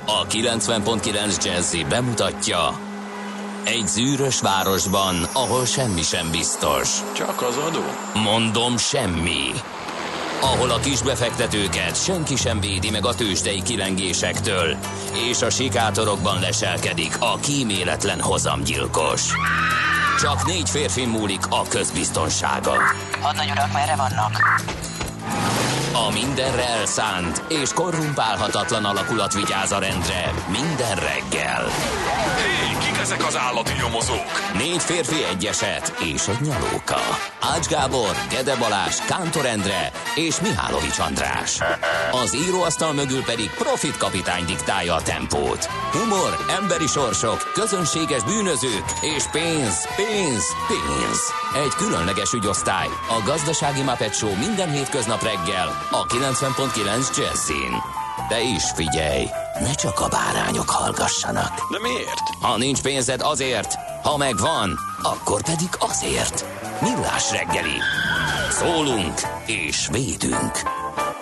A 90.9 Jazzy bemutatja: egy zűrös városban, ahol semmi sem biztos. Csak az adó? Mondom, semmi. Ahol a kisbefektetőket senki sem védi meg a tőzsdei kilengésektől, és a sikátorokban leselkedik a kíméletlen hozamgyilkos. Csak 4 férfi múlik a közbiztonsága. Hadnagy urak, merre vannak? A mindenre elszánt és korrumpálhatatlan alakulat vigyáz a rendre minden reggel. Hé, kik ezek az állati nyomozók? 4 férfi, egy eset és egy nyalóka. Ács Gábor, Gede Balázs, Kántor Endre és Mihálovics András. Az íróasztal mögül pedig Profit kapitány diktálja a tempót. Humor, emberi sorsok, közönséges bűnözők és pénz, pénz, pénz. Egy különleges ügyosztály, a Gazdasági Muppet Show minden hétköznap reggel a 90.9 Jazzyn. De is figyelj, ne csak a bárányok hallgassanak. De miért? Ha nincs pénzed, azért, ha megvan, akkor pedig azért. Millás reggeli. Szólunk és védünk.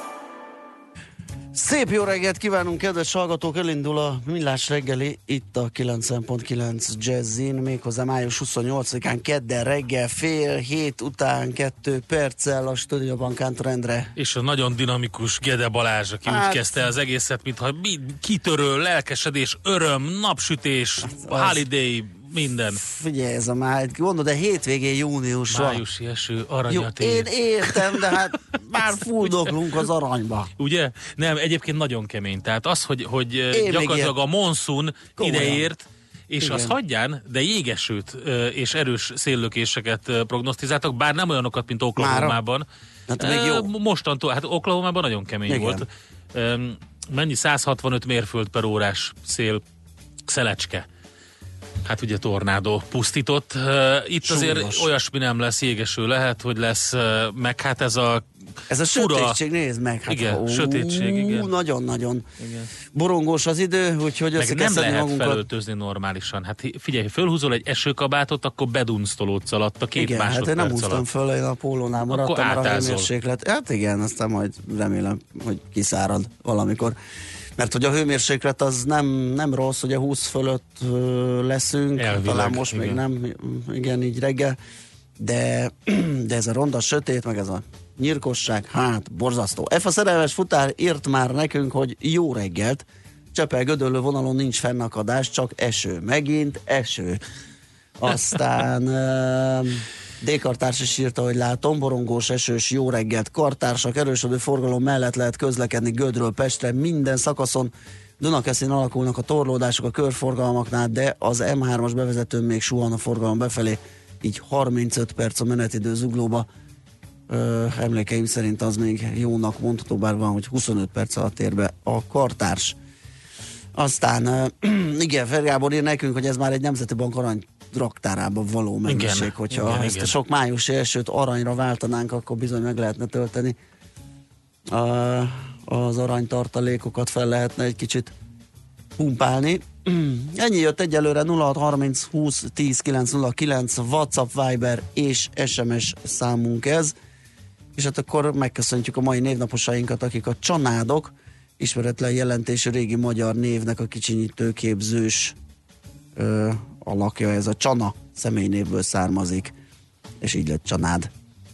Szép jó reggelt kívánunk, kedves hallgatók! Elindul a Millás reggeli itt a 90.9 Jazzyn, méghozzá május 28-án kedden reggel 6:30 után 2 perccel a stúdióban Kántor Endre. És a nagyon dinamikus Gede Balázs, aki úgy kezdte az egészet, mintha kitörő, lelkesedés, öröm, napsütés, holiday, minden. Figyelj, ez a már, mondod, de hétvégén június van. Májusi eső, aranyat Én értem, de hát már fuldoklunk az aranyba. Ugye? Nem, egyébként nagyon kemény. Tehát az, hogy gyakorlatilag a monszun ideért, és igen, az hagyján, de jégesőt és erős széllökéseket prognosztizáltak, bár nem olyanokat, mint Oklahomában. Hát még jó. Mostantól, hát Oklahomában nagyon kemény igen volt. Mennyi? 165 mérföld per órás szelecske. Hát ugye tornádó pusztított. Itt súlyos. Azért olyasmi nem lesz, jégeső lehet, hogy lesz, meg hát ez a sötétség, nézd meg. Hát, igen, sötétség, igen. Nagyon-nagyon borongós az idő, úgyhogy meg nem lehet magunkat felöltözni normálisan. Hát figyelj, fölhúzol egy esőkabátot, akkor bedunsztolódsz alatt a 2 igen, másodperc hát én nem húztam föl, én a pólónál maradtam, mert a hőmérséklet. Hát igen, aztán majd remélem, hogy kiszárad valamikor. Mert hogy a hőmérséklet az nem rossz, ugye 20 fölött leszünk, elvileg, talán most igen, még nem, igen, így reggel, de ez a ronda sötét, meg ez a nyírkosság, hát borzasztó. F a szerelmes futár írt már nekünk, hogy jó reggelt, Csepel-Gödöllő vonalon nincs fennakadás, csak eső, megint eső. Aztán D-kartárs is írta, hogy látom, borongós, esős, jó reggelt, kartársak, erősödő forgalom mellett lehet közlekedni Gödről Pestre, minden szakaszon Dunakeszin alakulnak a torlódások a körforgalmaknál, de az M3-as bevezetőn még suhan a forgalom befelé, így 35 perc a menetidő Zuglóba. Emlékeim szerint az még jónak mondható, bár van, hogy 25 perc alatt ér be a kartárs. Aztán igen, Fergábor ír nekünk, hogy ez már egy Nemzeti Bank arany raktárában való mennyiség, igen, hogyha igen, ezt igen, a sok májusi esőt aranyra váltanánk, akkor bizony meg lehetne tölteni az aranytartalékokat, fel lehetne egy kicsit pumpálni. Ennyi jött egyelőre. 0630 20 10 909 WhatsApp, Viber és SMS számunk ez, és hát akkor megköszöntjük a mai névnaposainkat, akik a csanádok, ismeretlen jelentésű régi magyar névnek a kicsinyítőképzős alakja, ez a Csana személynévből származik, és így lett Csanád.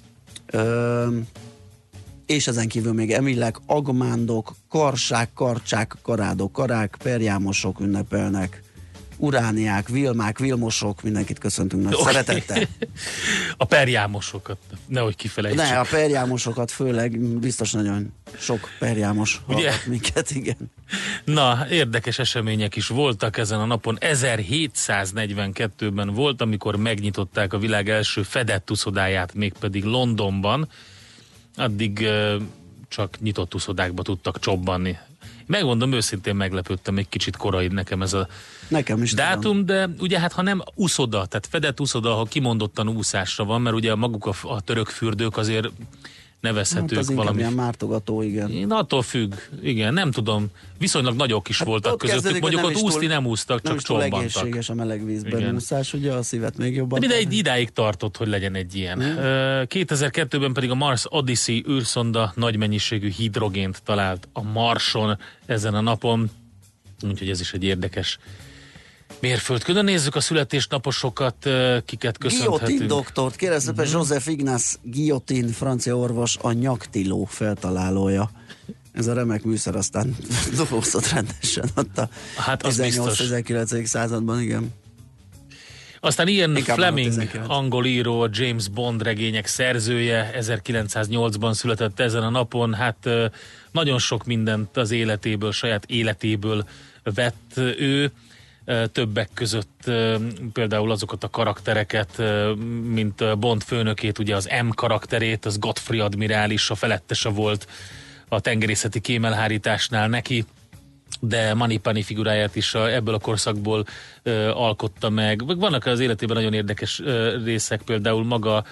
És ezen kívül még Emilek, Agmándok, Karsák, Karcsák, Karádok, Karák, Perjámosok ünnepelnek, Urániák, Vilmák, Vilmosok, mindenkit köszöntünk nagy szeretettel. A perjámosokat, nehogy kifelejtsük. Ne, a perjámosokat főleg, biztos nagyon sok perjámos hallgat minket, igen. Na, érdekes események is voltak ezen a napon. 1742-ben volt, amikor megnyitották a világ első fedett uszodáját, mégpedig Londonban. Addig csak nyitott uszodákba tudtak csobbanni. Megmondom, őszintén meglepődtem, egy kicsit korai nekem ez a dátum, de ugye hát ha nem uszoda, tehát fedett uszoda, ha kimondottan úszásra van, mert ugye maguk a török fürdők azért nevezhetők hát valami. Ilyen mártogató, igen. Én attól függ, igen, nem tudom. Viszonylag nagyok is hát voltak közöttük, mondjuk ott úszni nem úsztak, csak csobbantak. Nem is túl egészséges a meleg vízben igen, úszás, ugye a szívet még jobban. De idáig tartott, hogy legyen egy ilyen. 2002-ben pedig a Mars Odyssey űrszonda nagy mennyiségű hidrogént talált a Marson ezen a napon. Úgyhogy ez is egy érdekes mérföldkő. Nézzük a születésnaposokat, kiket köszönhetünk. Guillotine doktort, kérem szépen, Joseph Ignace Guillotine, francia orvos, a nyaktiló feltalálója. Ez a remek műszer aztán dolgozott rendesen ott a 18-19. században, igen. Aztán Ian Fleming, angol író, a James Bond regények szerzője, 1908-ban született ezen a napon. Hát nagyon sok mindent az életéből, saját életéből vett ő. Többek között például azokat a karaktereket, mint Bond főnökét, ugye az M karakterét, az Godfrey admirális, a felettese volt a tengerészeti kémelhárításnál neki, de Manipani figuráját is ebből a korszakból alkotta meg. Vannak az életében nagyon érdekes részek, például maga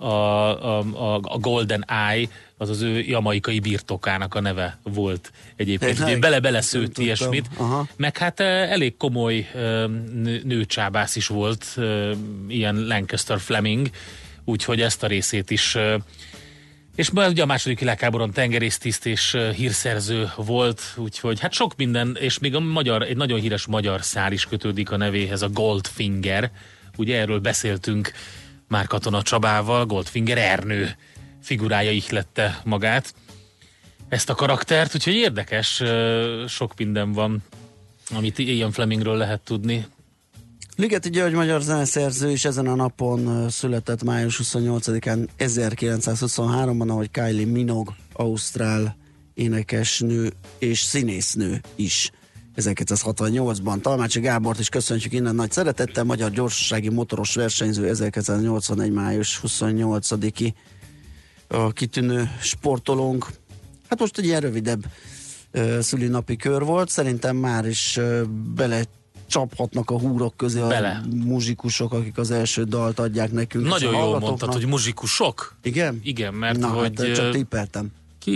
a Golden Eye, az az ő jamaikai birtokának a neve volt egyébként. Bele-beleszőtt ilyesmit. Meg hát elég komoly nőcsábász is volt, ilyen Lancaster Fleming, úgyhogy ezt a részét is. És ugye a második világháborúban tengerésztiszt és hírszerző volt, úgyhogy hát sok minden, és még egy nagyon híres magyar szár is kötődik a nevéhez, a Goldfinger. Ugye erről beszéltünk már Katona Csabával, Goldfinger Ernő figurája ihlette magát, ezt a karaktert, úgyhogy érdekes, sok minden van, amit Ian Flemingről lehet tudni. Ligeti György magyar zeneszerző is ezen a napon született május 28-án 1923-ban, ahogy Kylie Minogue, ausztrál énekesnő és színésznő is 1968-ban. Talmácsi Gábort is köszöntjük innen nagy szeretettel, magyar gyorsasági motoros versenyző, 1981. május 28-i a kitűnő sportolónk. Hát most egy ilyen rövidebb szülinapi kör volt, szerintem már is bele csaphatnak a húrok közé a muzsikusok, akik az első dalt adják nekünk. Nagyon jól mondtad, hogy muzsikusok? Igen? Igen, mert na, hogy... Hát, csak tippeltem.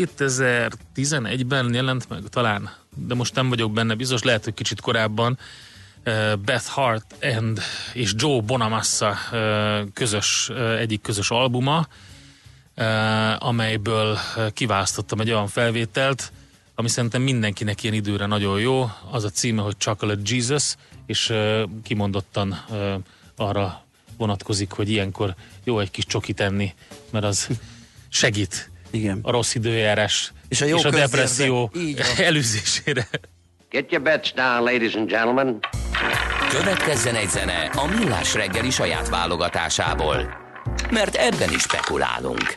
2011-ben jelent meg talán, de most nem vagyok benne biztos, lehet, hogy kicsit korábban. Beth Hart és Joe Bonamassa egyik közös albuma, amelyből kiválasztottam egy olyan felvételt, ami szerintem mindenkinek ilyen időre nagyon jó. Az a címe, hogy Chocolate Jesus, és kimondottan arra vonatkozik, hogy ilyenkor jó egy kis csokit enni, mert az segít. Igen. A rossz időjárás és a depresszió előzésére. Get your bets down, ladies and gentlemen. Következzen egy zene a Millás reggeli saját válogatásából, mert ebben is spekulálunk.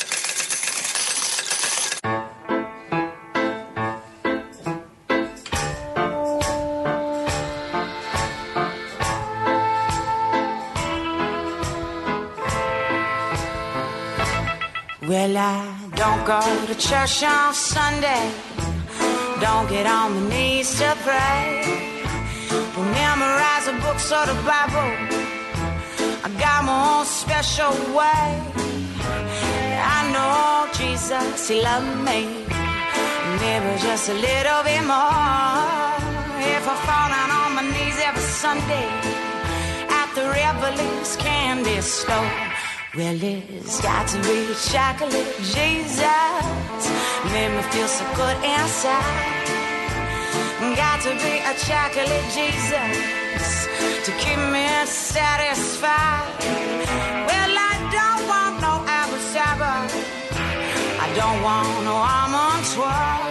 Well, I don't go to church on Sunday, don't get on my knees to pray, don't memorize the books or the Bible, I got my own special way. I know Jesus, He loved me, maybe just a little bit more. If I fall down on my knees every Sunday at the Revelings candy store, well, it's got to be chocolate Jesus, made me feel so good inside. Got to be a chocolate Jesus to keep me satisfied. Well, I don't want no apple cider, I don't want no almond swirl.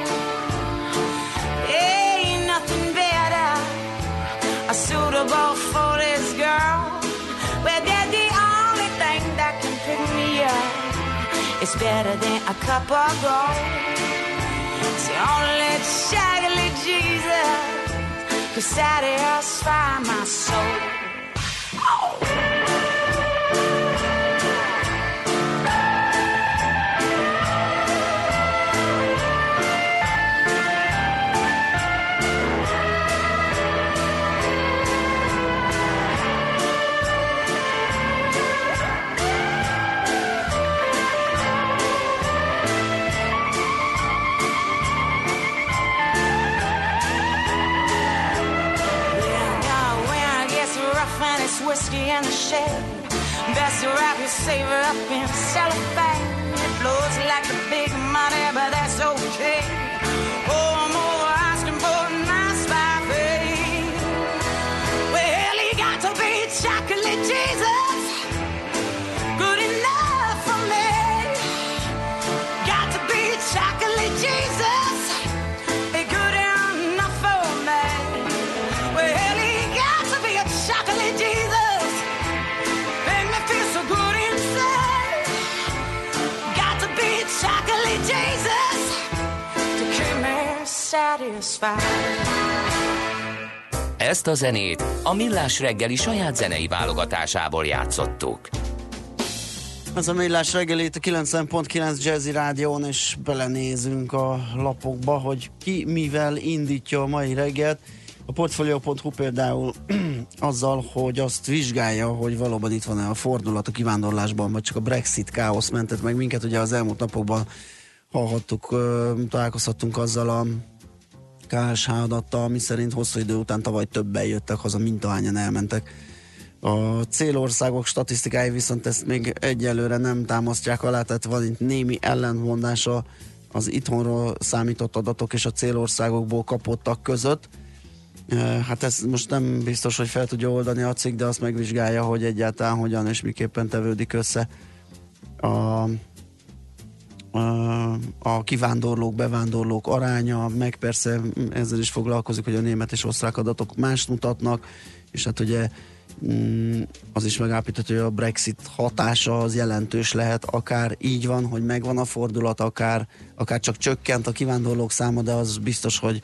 Ain't nothing better suitable for this girl. Well, they're the only thing that can pick me up. It's better than a cup of gold. It's the only chocolate Jesus could satisfy my soul. Oh. Whiskey in the shade, best to wrap your savor up in cellophane. It flows like the big money, but that's okay. Oh, I'm over asking for a nice life satisfied. Ezt a zenét a Millás reggeli saját zenei válogatásából játszottuk. Ez a Millás reggeli itt a 90.9 Jazzy Rádión, és belenézünk a lapokba, hogy ki mivel indítja a mai reggelt. A Portfolio.hu például azzal, hogy azt vizsgálja, hogy valóban itt van-e a fordulat a kivándorlásban, vagy csak a Brexit káosz mentett meg minket. Ugye az elmúlt napokban hallhattuk, találkozhattunk azzal a KSH adattal, miszerint hosszú idő után tavaly többen jöttek haza, mint ahányan elmentek. A célországok statisztikái viszont ezt még egyelőre nem támasztják alá, tehát van itt némi ellentmondása az itthonról számított adatok és a célországokból kapottak között. Hát ez most nem biztos, hogy fel tudja oldani a cikk, de azt megvizsgálja, hogy egyáltalán hogyan és miképpen tevődik össze a kivándorlók, bevándorlók aránya, meg persze ezzel is foglalkozik, hogy a német és osztrák adatok mást mutatnak, és hát ugye az is megállapítható, hogy a Brexit hatása az jelentős lehet, akár így van, hogy megvan a fordulat, akár csak csökkent a kivándorlók száma, de az biztos, hogy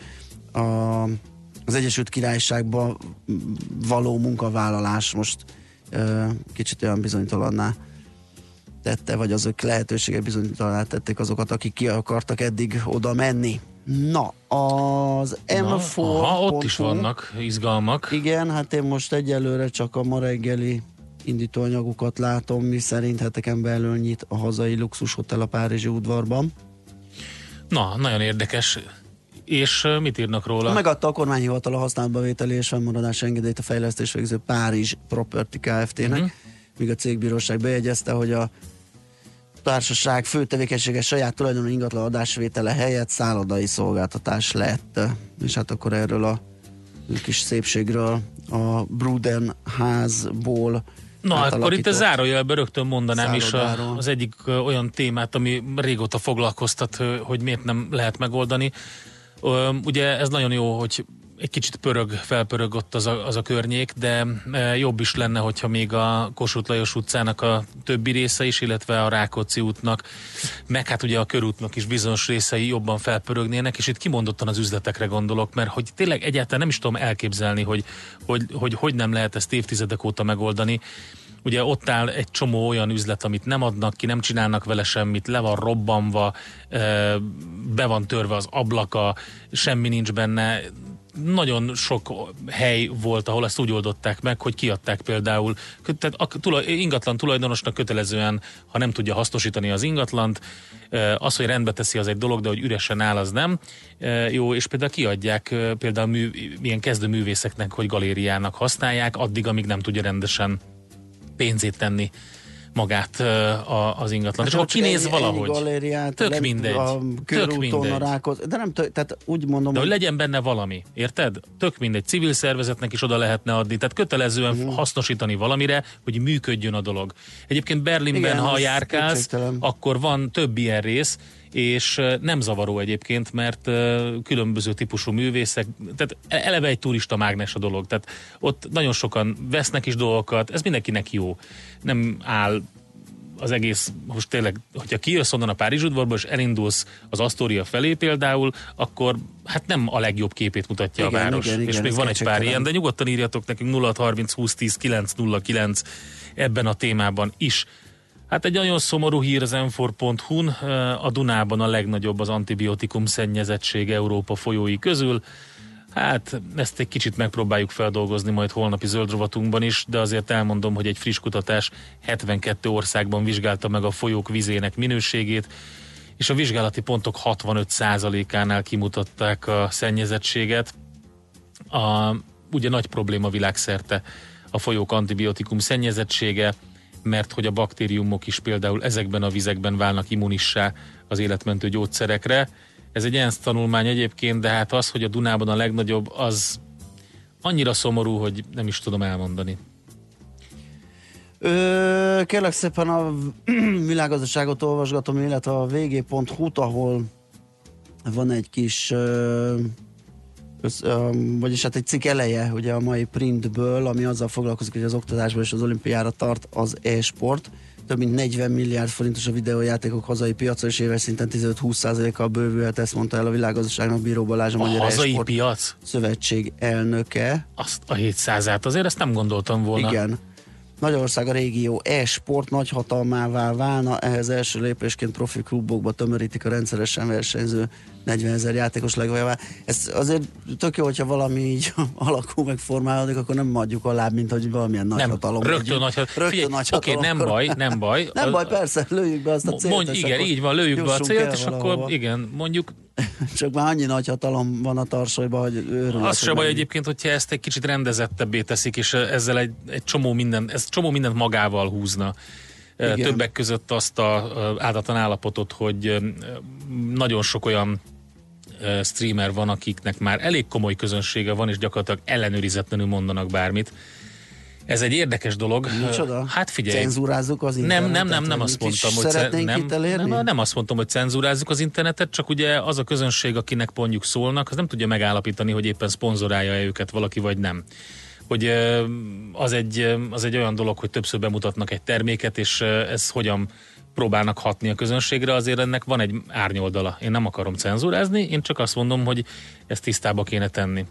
az Egyesült Királyságban való munkavállalás most kicsit olyan bizonytalanná tette, vagy azok lehetőségek bizonytalanná tették azokat, akik ki akartak eddig oda menni. Na, az M4. Ott is vannak izgalmak. Igen, hát én most egyelőre csak a ma reggeli indítóanyagukat látom, mi szerint heteken belül nyit a hazai luxushotel a párizsi udvarban. Na, nagyon érdekes. És mit írnak róla? Megadta a kormányhivatal a használatba vételi és fennmaradás engedélyt a fejlesztés végző Párizs Property Kft-nek, míg a cégbíróság bejegyezte, hogy a társaság fő tevékenysége saját tulajdonú ingatlan adásvétele helyett szállodai szolgáltatás lett. És hát akkor erről a kis szépségről, a Bruden házból Na, akkor itt a zárójelben rögtön mondanám is az egyik olyan témát, ami régóta foglalkoztat, hogy miért nem lehet megoldani. Ugye ez nagyon jó, hogy egy kicsit felpörög ott az a környék, de jobb is lenne, hogyha még a Kossuth Lajos utcának a többi része is, illetve a Rákóczi útnak, meg hát ugye a körútnak is bizonyos részei jobban felpörögnének, és itt kimondottan az üzletekre gondolok, mert hogy tényleg egyáltalán nem is tudom elképzelni, hogy nem lehet ezt évtizedek óta megoldani. Ugye ott áll egy csomó olyan üzlet, amit nem adnak ki, nem csinálnak vele semmit, le van robbanva, be van törve az ablaka, semmi nincs benne. Nagyon sok hely volt, ahol ezt úgy oldották meg, hogy kiadták például, tehát ingatlan tulajdonosnak kötelezően, ha nem tudja hasznosítani az ingatlant, az, hogy rendbe teszi, az egy dolog, de hogy üresen áll, az nem. Jó, és például kiadják például milyen kezdőművészeknek, hogy galériának használják, addig, amíg nem tudja rendesen pénzét tenni magát az ingatlan. És akkor kinéz valahogy. Galériát, tök mindegy. Tök mindegy. De nem tehát úgy mondom, de hogy legyen benne valami, érted? Tök mindegy. Civil szervezetnek is oda lehetne adni. Tehát kötelezően hasznosítani valamire, hogy működjön a dolog. Egyébként Berlinben, igen, ha járkálsz, akkor van több ilyen rész, és nem zavaró egyébként, mert különböző típusú művészek, tehát eleve egy turista mágnes a dolog, tehát ott nagyon sokan vesznek is dolgokat, ez mindenkinek jó. Nem áll az egész, most tényleg, hogyha kijössz onnan a Párizs udvarból, és elindulsz az Astoria felé például, akkor hát nem a legjobb képét mutatja, igen, a város. Igen, és még van egy pár ilyen, de nyugodtan írjatok nekünk 0630 20 10 909 ebben a témában is. Hát egy nagyon szomorú hír az m4.hu-n, a Dunában a legnagyobb az antibiotikum szennyezettség Európa folyói közül. Hát ezt egy kicsit megpróbáljuk feldolgozni majd holnapi zöld rovatunkban is, de azért elmondom, hogy egy friss kutatás 72 országban vizsgálta meg a folyók vizének minőségét, és a vizsgálati pontok 65%-ánál kimutatták a szennyezettséget. Ugye nagy probléma világszerte a folyók antibiotikum szennyezettsége, mert hogy a baktériumok is például ezekben a vizekben válnak immunissá az életmentő gyógyszerekre. Ez egy ENSZ tanulmány egyébként, de hát az, hogy a Dunában a legnagyobb, az annyira szomorú, hogy nem is tudom elmondani. Kérlek szépen a világgazdaságot olvasgatom, illetve a vg.hu-t, ahol van egy kis vagyis hát egy cikk eleje, ugye a mai printből, ami azzal foglalkozik, hogy az oktatásban és az olimpiára tart az e-sport. Több mint 40 milliárd forintos a videójátékok hazai piacra, és éves szinten 15-20%-kal bővülhet, ezt mondta el a Világgazdaságnak Bíró Balázs, a Magyar hazai e-sport piac? Szövetség elnöke. Azt a 700-át, azért ezt nem gondoltam volna. Igen. Magyarország a régió e-sport nagyhatalmává válna, ehhez első lépésként profi klubokba tömörítik a rendszeresen versenyző 40 000 játékos legvajává. Ez azért tök jó, hogyha valami így alakul, meg formálódik, akkor nem adjuk alá, mint hogy valamilyen nagyhatalom. Rögtön nagyhatalom. Oké, nem baj. Nem baj, persze, lőjük be azt a célt. Igen, így van, lőjük be a célt, és akkor igen, mondjuk. Csak már annyi nagy hatalom van a tarsolyban, hogy őrület. Az sem baj egyébként, hogyha ezt egy kicsit rendezettebbé teszik, és ezzel egy csomó mindent magával húzna. Igen. Többek között azt az áldatlan állapotot, hogy nagyon sok olyan streamer van, akiknek már elég komoly közönsége van, és gyakorlatilag ellenőrizetlenül mondanak bármit. Ez egy érdekes dolog. Micsoda? Hát figyelj. Cenzúrázzuk az internetet? Nem azt mondtam, hogy nem azt mondtam, hogy cenzúrázzuk az internetet, csak ugye az a közönség, akinek mondjuk szólnak, az nem tudja megállapítani, hogy éppen szponzorálja őket valaki, vagy nem. Hogy az egy olyan dolog, hogy többször bemutatnak egy terméket, és ez hogyan próbálnak hatni a közönségre, azért ennek van egy árnyoldala. Én nem akarom cenzúrázni, én csak azt mondom, hogy ezt tisztába kéne tenni.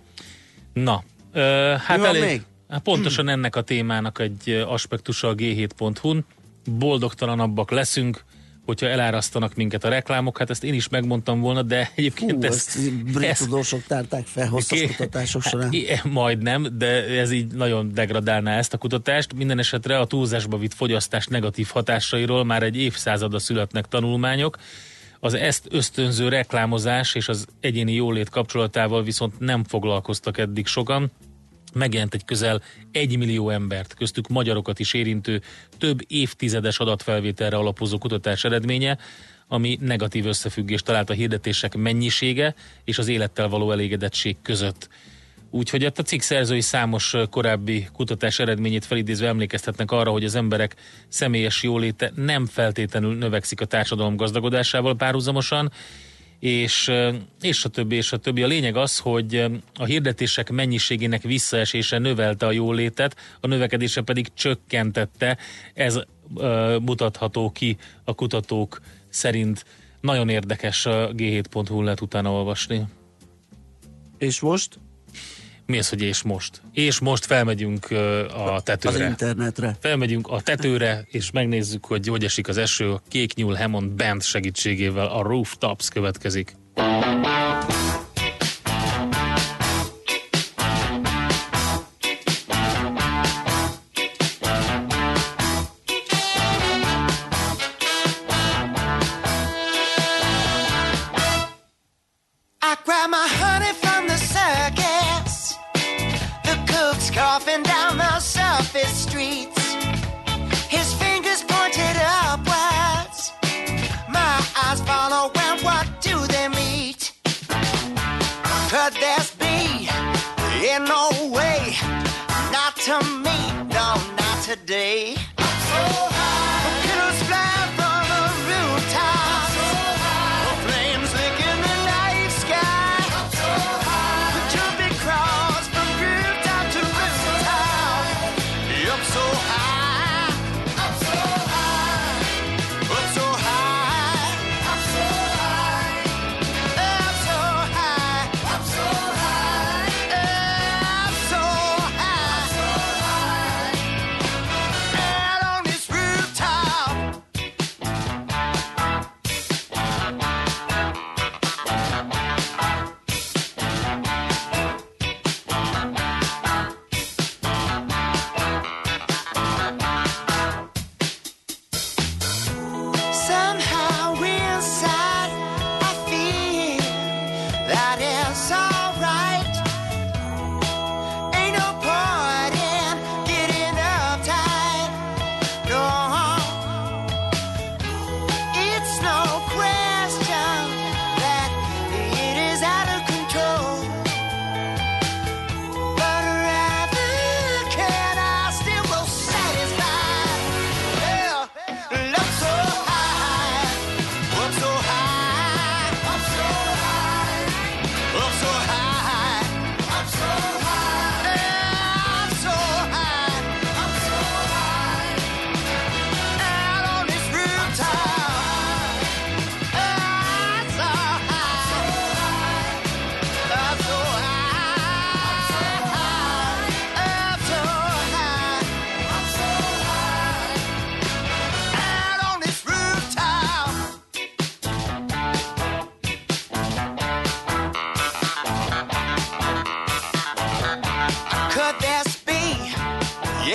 Na, hát elég... Pontosan ennek a témának egy aspektusa a G7.hu-n. Boldogtalanabbak leszünk, hogyha elárasztanak minket a reklámok. Hát ezt én is megmondtam volna, de egyébként ezt brit tudósok tárták fel hosszas kutatások során. Majdnem, de ez így nagyon degradálná ezt a kutatást. Minden esetre a túlzásba vitt fogyasztás negatív hatásairól már egy évszázada születnek tanulmányok. Az ezt ösztönző reklámozás és az egyéni jólét kapcsolatával viszont nem foglalkoztak eddig sokan. Megjelent egy közel 1 millió embert, köztük magyarokat is érintő, több évtizedes adatfelvételre alapozó kutatás eredménye, ami negatív összefüggést talált a hirdetések mennyisége és az élettel való elégedettség között. Úgyhogy a cikk szerzői számos korábbi kutatás eredményét felidézve emlékeztetnek arra, hogy az emberek személyes jóléte nem feltétlenül növekszik a társadalom gazdagodásával párhuzamosan, és a többi. A lényeg az, hogy a hirdetések mennyiségének visszaesése növelte a jólétet, a növekedése pedig csökkentette. Ez mutatható ki a kutatók szerint. Nagyon érdekes, a G7.hu lehet utána olvasni. És most? Mi az, hogy és most? És most felmegyünk a tetőre. Az internetre. Felmegyünk a tetőre, és megnézzük, hogy esik az eső. A Kék Nyúl Hammond Band segítségével a Rooftops következik. Coughing down the surface streets, his fingers pointed upwards. My eyes follow when what do they meet? Could this be? In no way, not to me, no, not today. I'm so high, pillows fly from the rooftop. I'm so high, flames lick in the night sky. I'm so high, the jumping cross from rooftop to rooftop. I'm so high, I'm so high, I'm so high, I'm so high, I'm so high, I'm so high, I'm so high, I'm so high.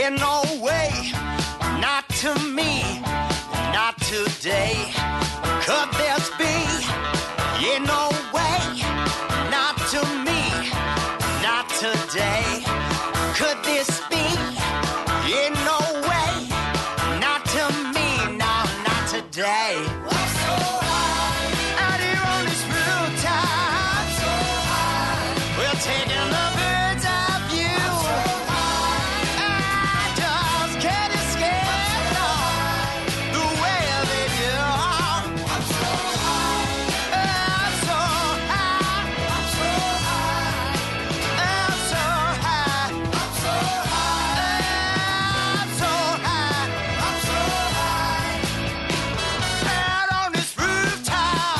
Yeah, no way, not to me, not today. Could this be? Yeah, no way, not to me, not today. Could this be? Yeah, no way, not to me, no, not today. I'm so high, out here on this rooftop. I'm so high, we're taking the birds eye view. I'm so high, I just can't escape the way they do. I'm so high, I'm so high, I'm so high, I'm so high, I'm so high, I'm so high, I'm so high, out on this rooftop.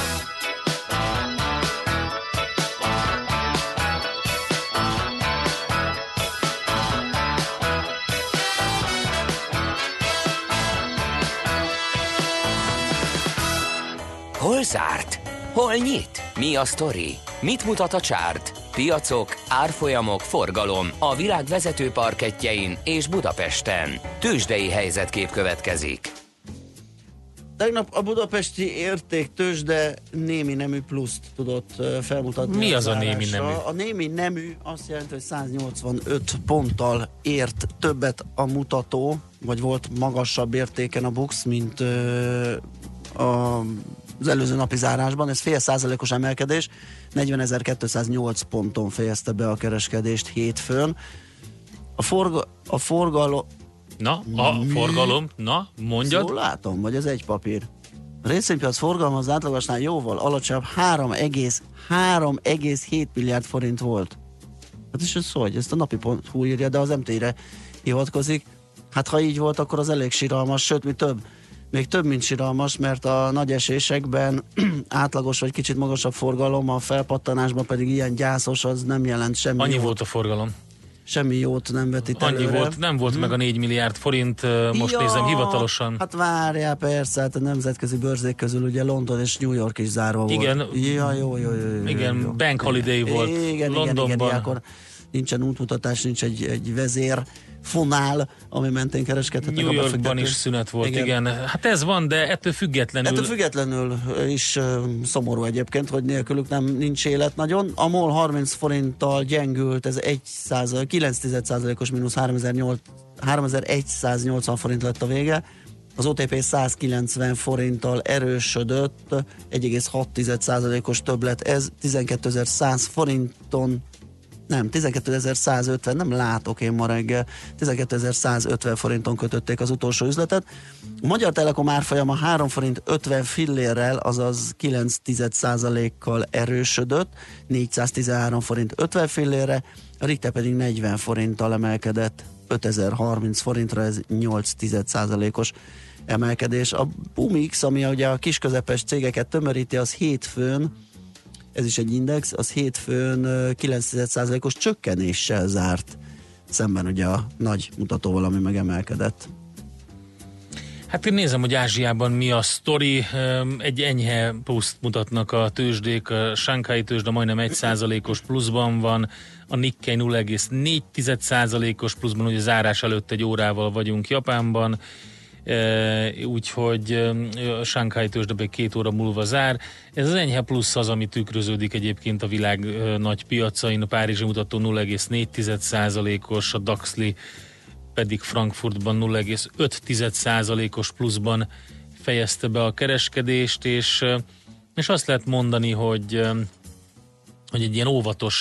Hol zárt? Hol nyit? Mi a sztori? Mit mutat a csárt? Piacok, árfolyamok, forgalom a világ vezető parkettjein és Budapesten. Tőzsdei helyzetkép következik. Tegnap a budapesti értéktőzsde némi nemű pluszt tudott felmutatni. Mi az a némi nemű? A némi nemű azt jelenti, hogy 185 ponttal ért többet a mutató, vagy volt magasabb értéken a BUX, mint az előző napi zárásban. Ez 0,5%-os emelkedés, 40.208 ponton fejezte be a kereskedést hétfőn. A forgalom... Na, a forgalom, na, mondjad. Jól látom, vagy ez egy papír. A részvénypiac forgalma az átlagosnál jóval alacsonyabb, 3,7 milliárd forint volt. Hát és ez szó, hogy ezt a napi.hu írja, de az MT-re hivatkozik. Hát ha így volt, akkor az elég siralmas, sőt, mi több. Még több, mint siralmas, mert a nagy esésekben átlagos vagy kicsit magasabb forgalom, a felpattanásban pedig ilyen gyászos, az nem jelent semmi. Annyi jót. volt a forgalom. Semmi jót nem vetít Annyi előre. volt, nem volt meg a 4 milliárd forint, most nézem hivatalosan. Hát várjál, persze, hát a nemzetközi bőrzék közül ugye London és New York is zárva volt. Igen, ja, jó. Igen, bank holiday volt Londonban. Igen, akkor nincsen útmutatás, nincs egy vezér fonál, ami mentén kereskedhetnek. New Yorkban is szünet volt, igen. Hát ez van, de ettől függetlenül... Ettől függetlenül is szomorú egyébként, hogy nélkülük nincs élet nagyon. A MOL 30 forinttal gyengült, ez 9%-os mínusz 3180 forint lett a vége. Az OTP 190 forinttal erősödött, 1,6%-os többlet, ez 12.100 forinton, nem, 12.150, nem látok én ma reggel, 12.150 forinton kötötték az utolsó üzletet. A Magyar Telekom árfolyama 3 forint 50 fillérrel, azaz 9%-kal erősödött, 413 forint 50 fillérre, a Richter pedig 40 forinttal emelkedett, 5030 forintra, ez 8%-os emelkedés. A Bumix, ami ugye a kisközepes cégeket tömöríti, az hétfőn, ez is egy index, az hétfőn 9%-os csökkenéssel zárt, szemben ugye a nagy mutatóval, ami megemelkedett. Hát én nézem, hogy Ázsiában mi a sztori, egy enyhe pluszt mutatnak a tőzsdék, a Shanghai tőzsde majdnem 1%-os pluszban van, a Nikkei 0,4%-os pluszban, ugye zárás előtt egy órával vagyunk Japánban, úgyhogy a Shanghai tőzsde 2 óra múlva zár. Ez az enyhe plusz az, ami tükröződik egyébként a világ nagy piacain, a Párizsi mutató 0,4%-os, a Daxli pedig Frankfurtban 0,5%-os pluszban fejezte be a kereskedést, és azt lehet mondani, hogy egy ilyen óvatos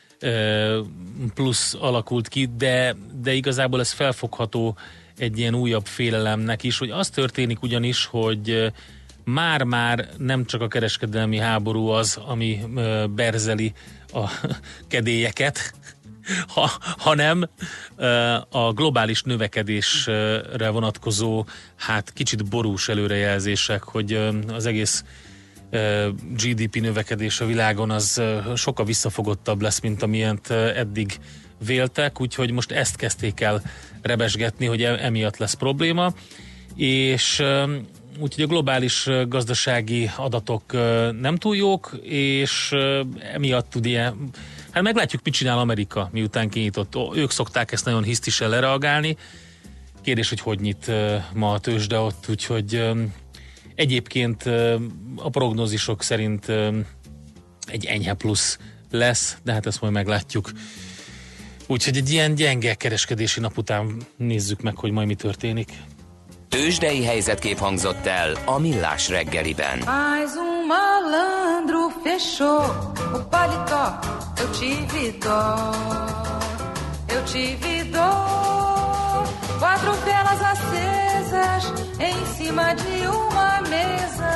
plusz alakult ki, de igazából ez felfogható egy ilyen újabb félelemnek is, hogy az történik ugyanis, hogy már nem csak a kereskedelmi háború az, ami berzeli a kedélyeket, hanem a globális növekedésre vonatkozó, hát kicsit borús előrejelzések, hogy az egész GDP növekedés a világon az sokkal visszafogottabb lesz, mint amilyent eddig véltek, úgyhogy most ezt kezdték el rebesgetni, hogy emiatt lesz probléma, és úgyhogy a globális gazdasági adatok nem túl jók, és emiatt ugye, hát meglátjuk, mit csinál Amerika, miután kinyitott. Ők szokták ezt nagyon hisztisen lereagálni, Kérdés, hogy nyit ma a tőzsde ott, úgyhogy egyébként a prognózisok szerint egy enyhe plusz lesz, de hát ezt majd meglátjuk. Úgyhogy egy ilyen gyenge kereskedési nap után nézzük meg, hogy majd mi történik. Tőzsdei helyzetkép hangzott el a Millás reggeliben. Mais malandro fechou o paletó, eu tive dó, eu tive dó. 4 velas acesas em cima de uma mesa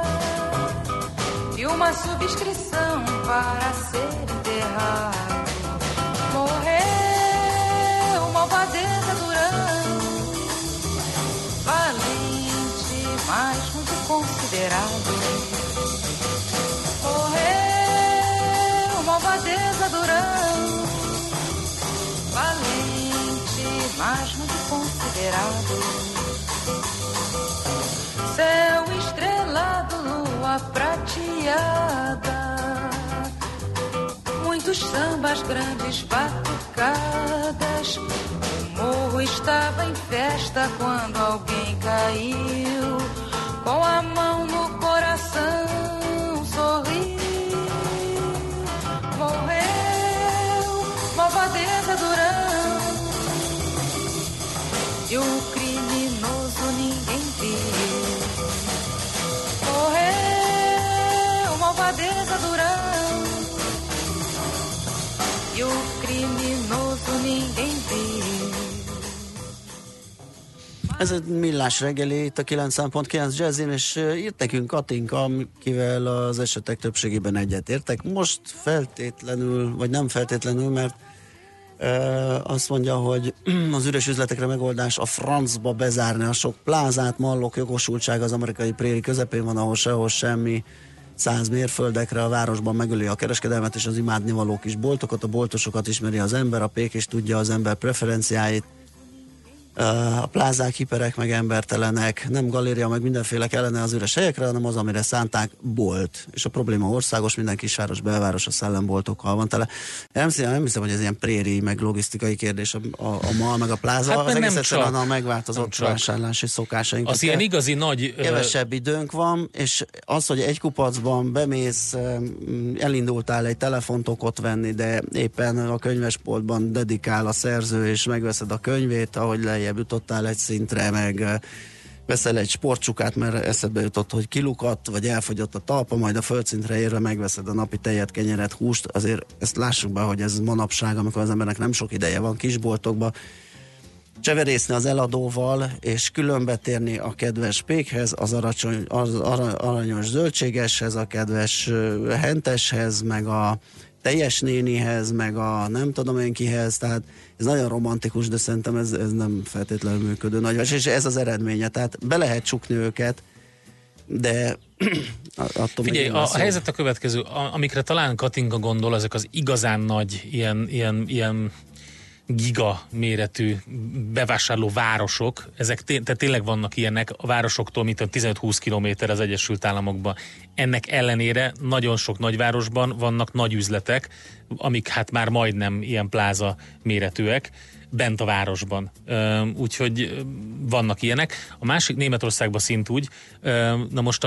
e uma subscrição para ser enterrado. Morreu malvadeza Durão, valente, mas muito considerado. Morreu malvadeza Durão, valente, mas muito considerado. Céu estrelado, lua prateada, muitos sambas, grandes batucadas. O morro estava em festa quando alguém caiu, com a mão no coração sorriu. Morreu malvadeza Durão, e o criminoso ninguém viu. Morreu malvadeza Durão, e o criminoso ninguém viu. Ez egy Millás reggeli, itt a 9.9 Jazzin, és írt nekünk Katinka, akivel az esetek többségében egyetértek. Most feltétlenül, vagy nem feltétlenül, mert azt mondja, hogy az üres üzletekre megoldás a francba bezárni a sok plázát, mallok jogosultsága az amerikai préri közepén van, ahol sehol semmi, 100 mérföldekre a városban megöli a kereskedelmet és az imádnivaló kis boltokat, a boltosokat ismeri az ember, a pék is tudja az ember preferenciáit, a plázák hiperek meg embertelenek, nem galéria meg mindenféle kellene az üres helyekre, hanem az, amire szánták, bolt. És a probléma országos, minden kisváros, belváros a szellemboltokkal van tele. Nem hiszem, hogy ez ilyen préri, meg logisztikai kérdés a mall, meg a pláza. Hát az egész egyszerűen a megváltozott vásárlási szokásaink. Az ilyen igazi nagy... Kevesebb időnk van, és az, hogy egy kupacban bemész, elindultál egy telefontokot venni, de éppen a könyvespoltban dedikál a szerző, és megveszed a könyvét, ahogy lejjebb jutottál egy szintre, meg veszel egy sportcsukát, mert eszedbe jutott, hogy kilukadt, vagy elfogyott a talpa, majd a földszintre érve megveszed a napi tejet, kenyeret, húst. Azért ezt lássuk be, hogy ez manapság, amikor az embernek nem sok ideje van kisboltokba, cseverészni az eladóval, és különbe térni a kedves pékhez, az aranyos zöldségeshez, a kedves henteshez, meg a teljes nénihez, meg a nem tudom én kihez, tehát ez nagyon romantikus, de szerintem ez nem feltétlenül működő nagyvás, és ez az eredménye, tehát be lehet csukni őket, de attól figyelj, a helyzet a következő, amikre talán Katinka gondol, ezek az igazán nagy, ilyen giga méretű bevásárló városok, ezek tehát tényleg vannak ilyenek a városoktól, mint a 15-20 kilométer az Egyesült Államokban. Ennek ellenére nagyon sok nagyvárosban vannak nagy üzletek, amik hát már majdnem ilyen pláza méretűek, bent a városban. Úgyhogy vannak ilyenek. A másik Németországban szintúgy, na most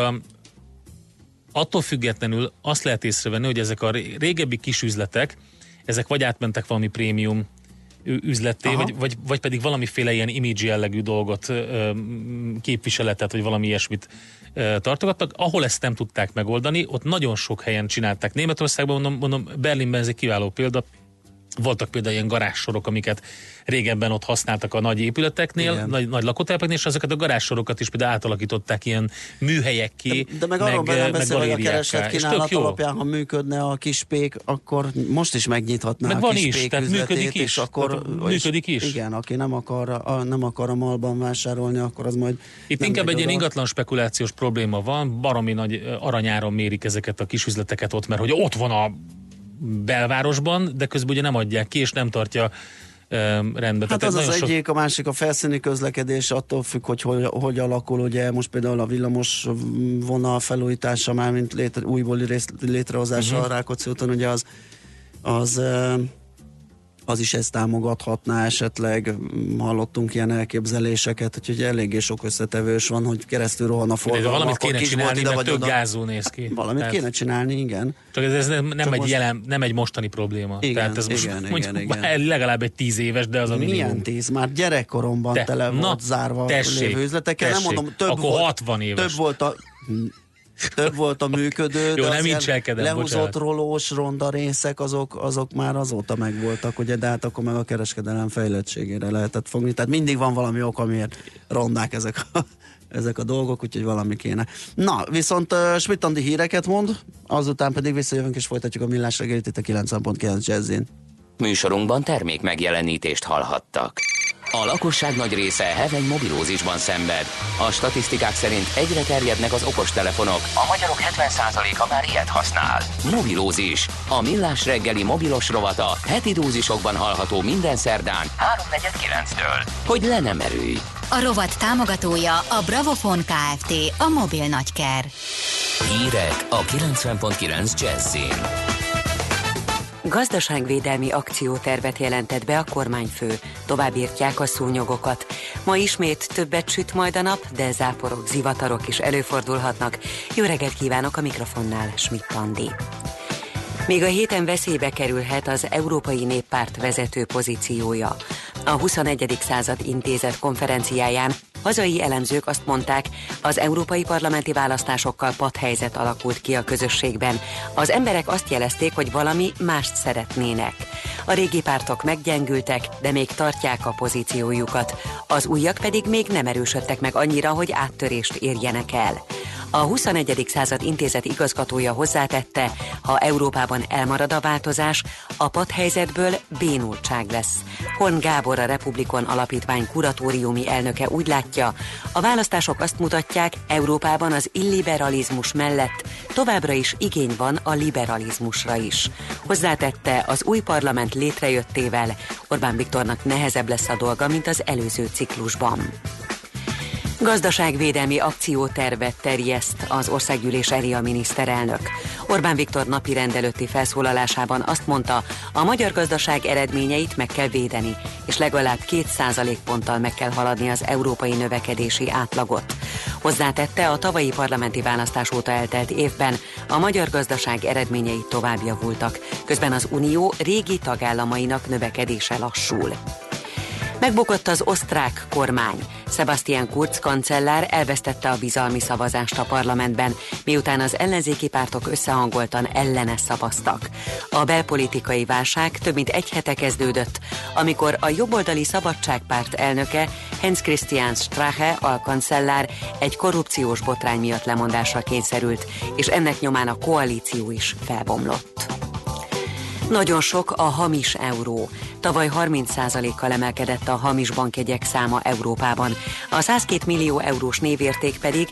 attól függetlenül azt lehet észrevenni, hogy ezek a régebbi kis üzletek, ezek vagy átmentek valami prémium üzletté, vagy pedig valamiféle ilyen image jellegű dolgot, képviseletet, vagy valami ilyesmit tartogattak. Ahol ezt nem tudták megoldani, ott nagyon sok helyen csinálták. Németországban, mondom Berlinben ez egy kiváló példa. Voltak például ilyen garázssorok, amiket régebben ott használtak a nagy épületeknél, nagy lakótelepeknél, és azokat a garázssorokat is például átalakították ilyen műhelyekké, de meg arról nem beszél, hogy a kereslet kínálat alapján, ha működne a kispék, akkor most is megnyithatná meg a kispék üzletét, és akkor működik is. Igen, aki nem akar a malban vásárolni, akkor az majd itt inkább egy ilyen ingatlan spekulációs probléma van, baromi nagy aranyáron mérik ezeket a kis üzleteket ott, mert hogy ott van a belvárosban, de közben ugye nem adják ki, és nem tartja rendbe. Hát az egyik, a másik a felszíni közlekedés, attól függ, hogy alakul, ugye most például a villamos vonal felújítása, már mint újbóli létrehozása a Rákóczi úton, ugye az az is ezt támogathatná esetleg, hallottunk ilyen elképzeléseket, úgyhogy eléggé sok összetevős van, hogy keresztül rohan a forgalom. De valamit kéne csinálni, mert több gázul néz ki. Valamit kéne csinálni, igen. Csak ez nem egy mostani probléma. Igen, tehát ez igen. Legalább egy 10 éves, de az a minimum. Milyen 10? Már gyerekkoromban tele volt zárva lévő üzletekkel. Nem mondom, több akkor volt, 60 éves. Több volt a működő, jó, de nem lehúzott rolós ronda részek, azok már azóta megvoltak, ugye, de hát akkor meg a kereskedelem fejlettségére lehetett fogni. Tehát mindig van valami ok, amiért rondák ezek a dolgok, úgyhogy valami kéne. Na, viszont Schmidt-Andi híreket mond, azután pedig visszajövünk és folytatjuk a Millás reggelit itt a 90.9 Jazzin. Műsorunkban termék megjelenítést hallhattak. A lakosság nagy része heveny mobilózisban szenved. A statisztikák szerint egyre terjednek az okostelefonok. A magyarok 70%-a már ilyet használ. Mobilózis. A Millás reggeli mobilos rovata heti dózisokban hallható minden szerdán 3:49-től. Hogy le nem erőj. A rovat támogatója a Bravofon Kft. A mobil nagyker. Hírek a 90.9 Jazzin. Gazdaságvédelmi akciótervet jelentett be a kormányfő, továbbírtják a szúnyogokat. Ma ismét többet süt majd a nap, de záporok, zivatarok is előfordulhatnak. Jó reggelt kívánok, a mikrofonnál Schmidt-Andi. Még a héten veszélybe kerülhet az Európai Néppárt vezető pozíciója. A 21. század intézet konferenciáján hazai elemzők azt mondták, az európai parlamenti választásokkal patthelyzet alakult ki a közösségben. Az emberek azt jelezték, hogy valami mást szeretnének. A régi pártok meggyengültek, de még tartják a pozíciójukat. Az újak pedig még nem erősödtek meg annyira, hogy áttörést érjenek el. A 21. század intézet igazgatója hozzátette, ha Európában elmarad a változás, a patthelyzetből bénultság lesz. Horn Gábor, a Republikon Alapítvány kuratóriumi elnöke úgy látja, a választások azt mutatják, Európában az illiberalizmus mellett továbbra is igény van a liberalizmusra is. Hozzátette, az új parlament létrejöttével Orbán Viktornak nehezebb lesz a dolga, mint az előző ciklusban. Gazdaságvédelmi akciótervet terjeszt az országgyűlés elé a miniszterelnök. Orbán Viktor napirend előtti felszólalásában azt mondta, a magyar gazdaság eredményeit meg kell védeni, és legalább 2% ponttal meg kell haladni az európai növekedési átlagot. Hozzátette, a tavalyi parlamenti választás óta eltelt évben a magyar gazdaság eredményei tovább javultak, közben az Unió régi tagállamainak növekedése lassul. Megbukott az osztrák kormány. Sebastian Kurz kancellár elvesztette a bizalmi szavazást a parlamentben, miután az ellenzéki pártok összehangoltan ellene szavaztak. A belpolitikai válság több mint egy hete kezdődött, amikor a jobboldali Szabadságpárt elnöke Heinz Christian Strache alkancellár egy korrupciós botrány miatt lemondásra kényszerült, és ennek nyomán a koalíció is felbomlott. Nagyon sok a hamis euró. Tavaly 30%-kal emelkedett a hamis bankjegyek száma Európában. A 102 millió eurós névérték pedig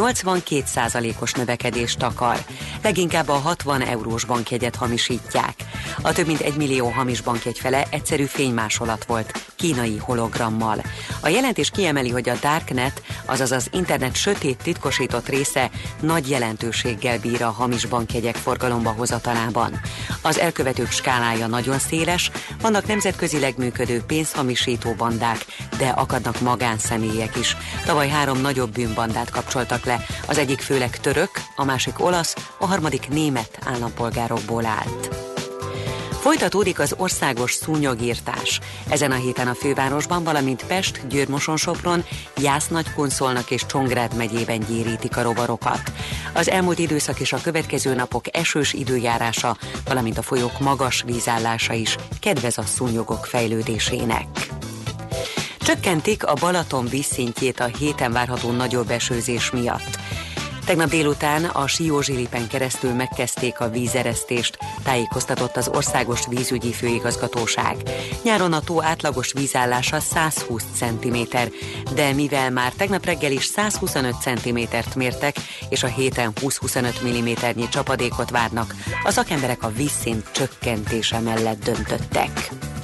82%-os növekedést takar. Leginkább a 60 eurós bankjegyet hamisítják. A több mint 1 millió hamis bankjegy fele egyszerű fénymásolat volt, kínai hologrammal. A jelentés kiemeli, hogy a Darknet, azaz az internet sötét titkosított része nagy jelentőséggel bír a hamis bankjegyek forgalomba hozatalában. Az elkövetők skálája nagyon széles, vannak nemzetközileg működő pénzhamisító bandák, de akadnak magánszemélyek is. Tavaly 3 nagyobb bűnbandát kapcsoltak le, az egyik főleg török, a másik olasz, a harmadik német állampolgárokból állt. Folytatódik az országos szúnyogírtás. Ezen a héten a fővárosban, valamint Pest, Győr-Moson-Sopron, Jász-Nagykunszolnok és Csongrád megyében gyérítik a rovarokat. Az elmúlt időszak és a következő napok esős időjárása, valamint a folyók magas vízállása is kedvez a szúnyogok fejlődésének. Csökkentik a Balaton vízszintjét a héten várható nagyobb esőzés miatt. Tegnap délután a Siózsilipen keresztül megkezdték a vízeresztést, tájékoztatott az Országos Vízügyi Főigazgatóság. Nyáron a tó átlagos vízállása 120 cm, de mivel már tegnap reggel is 125 cm-t mértek, és a héten 20-25 mm-nyi csapadékot várnak, a szakemberek a vízszint csökkentése mellett döntöttek.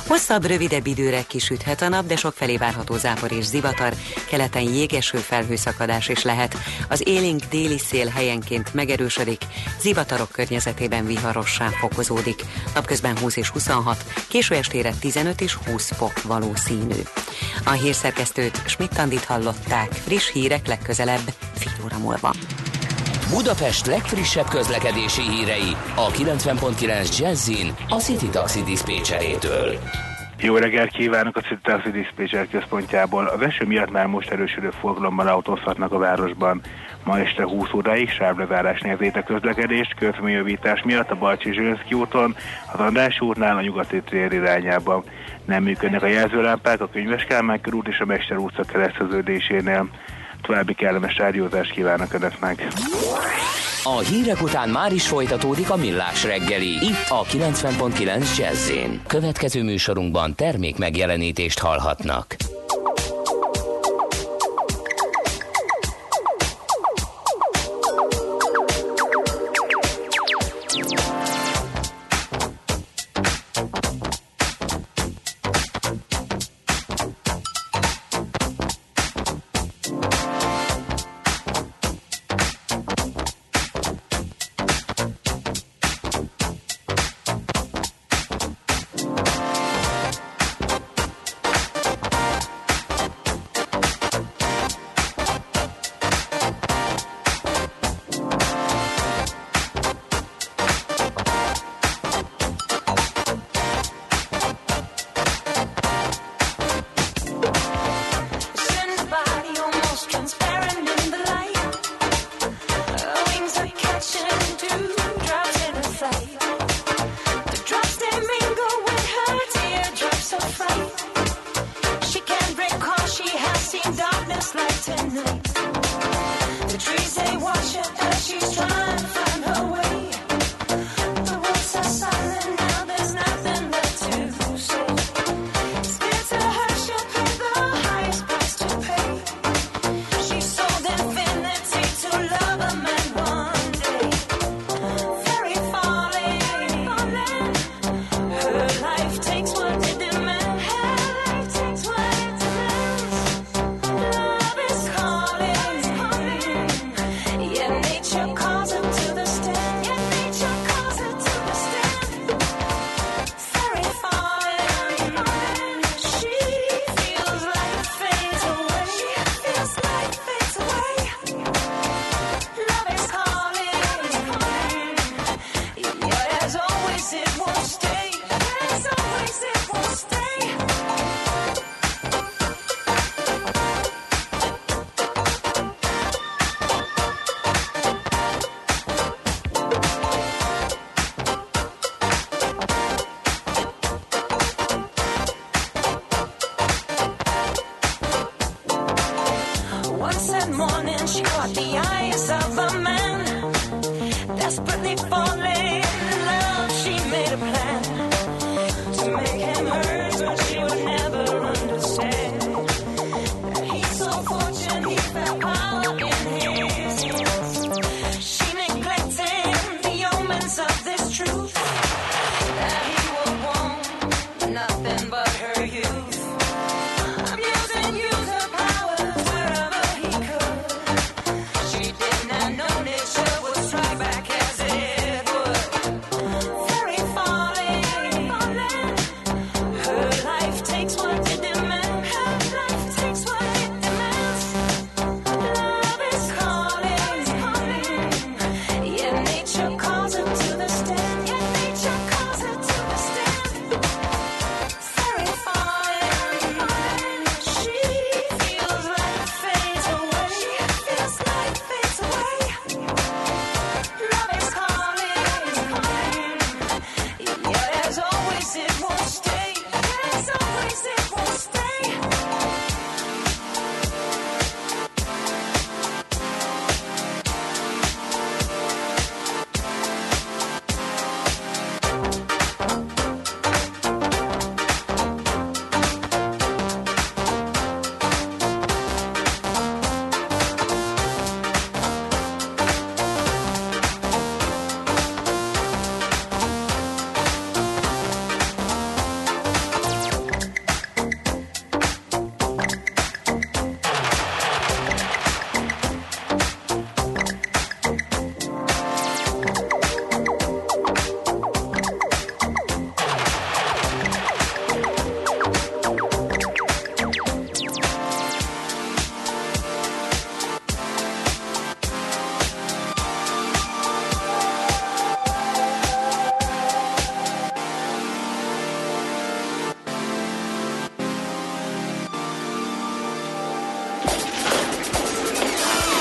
Hosszabb, rövidebb időre kisüthet a nap, de sokfelé várható zápor és zivatar, keleten jégeső felhőszakadás is lehet. Az élénk déli szél helyenként megerősödik, zivatarok környezetében viharossá fokozódik. Napközben 20 és 26, késő estére 15 és 20 fok valószínű. A hírszerkesztőt, Schmidt-Andit hallották, friss hírek legközelebb fél óra múlva. Budapest legfrissebb közlekedési hírei a 90.9 Jazzin a City Taxi diszpécserétől. Jó reggelt kívánok a City Taxi diszpécser központjából. Az eső miatt már most erősödő forgalomban autózhatnak a városban. Ma este 20 óráig sávlezárás nehezít a közlekedést, közműjavítás miatt a Balcsi-Zsőnszky úton, az András útnál a nyugati tér irányában. Nem működnek a jelzőlámpák a Könyves Kálmán körút és a Mester utca kereszteződésénél. További kellemes rádiózást kívánok Önöknek. A hírek után már is folytatódik a Millás reggeli, itt a 90.9 Jazz-én. Következő műsorunkban termék megjelenítést hallhatnak.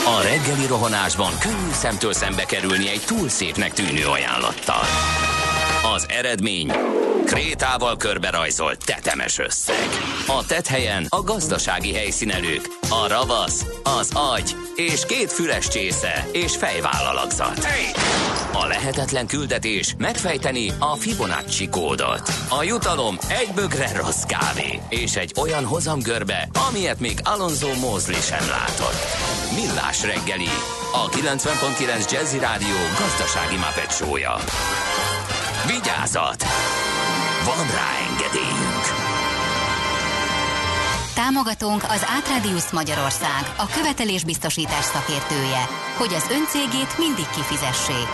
A reggeli rohanásban könnyű szemtől szembe kerülni egy túl szépnek tűnő ajánlattal. Az eredmény krétával körberajzolt tetemes összeg. A tetthelyen a gazdasági helyszínelők, a ravasz, az agy és 2 füles csésze és fejvállalakzat. A lehetetlen küldetés megfejteni a Fibonacci kódot. A jutalom egy bögre rossz kávé és egy olyan hozamgörbe, amilyet még Alonso Mosley sem látott. Millás reggeli, a 90.9 Jazzy Rádió gazdasági Muppet show-ja. Vigyázat! Van rá engedélyünk! Támogatónk az Átradius Magyarország, a követelésbiztosítás szakértője, hogy az öncégét mindig kifizessék.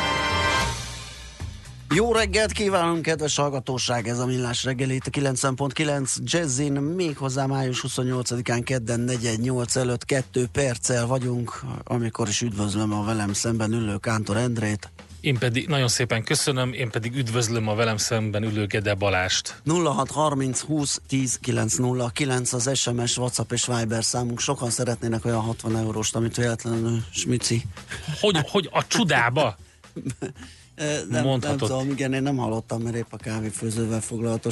Jó reggelt kívánunk, kedves hallgatóság! Ez a Millás reggeli, itt a 90.9 Jazzin, méghozzá május 28-án kedden 4:08 előtt 2 perccel vagyunk, amikor is üdvözlöm a velem szemben ülő Kántor Endrét. Én pedig nagyon szépen köszönöm, én pedig üdvözlöm a velem szemben ülő Gede Balást. 0630 20 10 909 az SMS, WhatsApp és Viber számunk. Sokan szeretnének olyan 60 euróst, amit véletlenül Smici. Hogy a csudába? Nem tudom, igen, én nem hallottam, mert épp a kávéfőzővel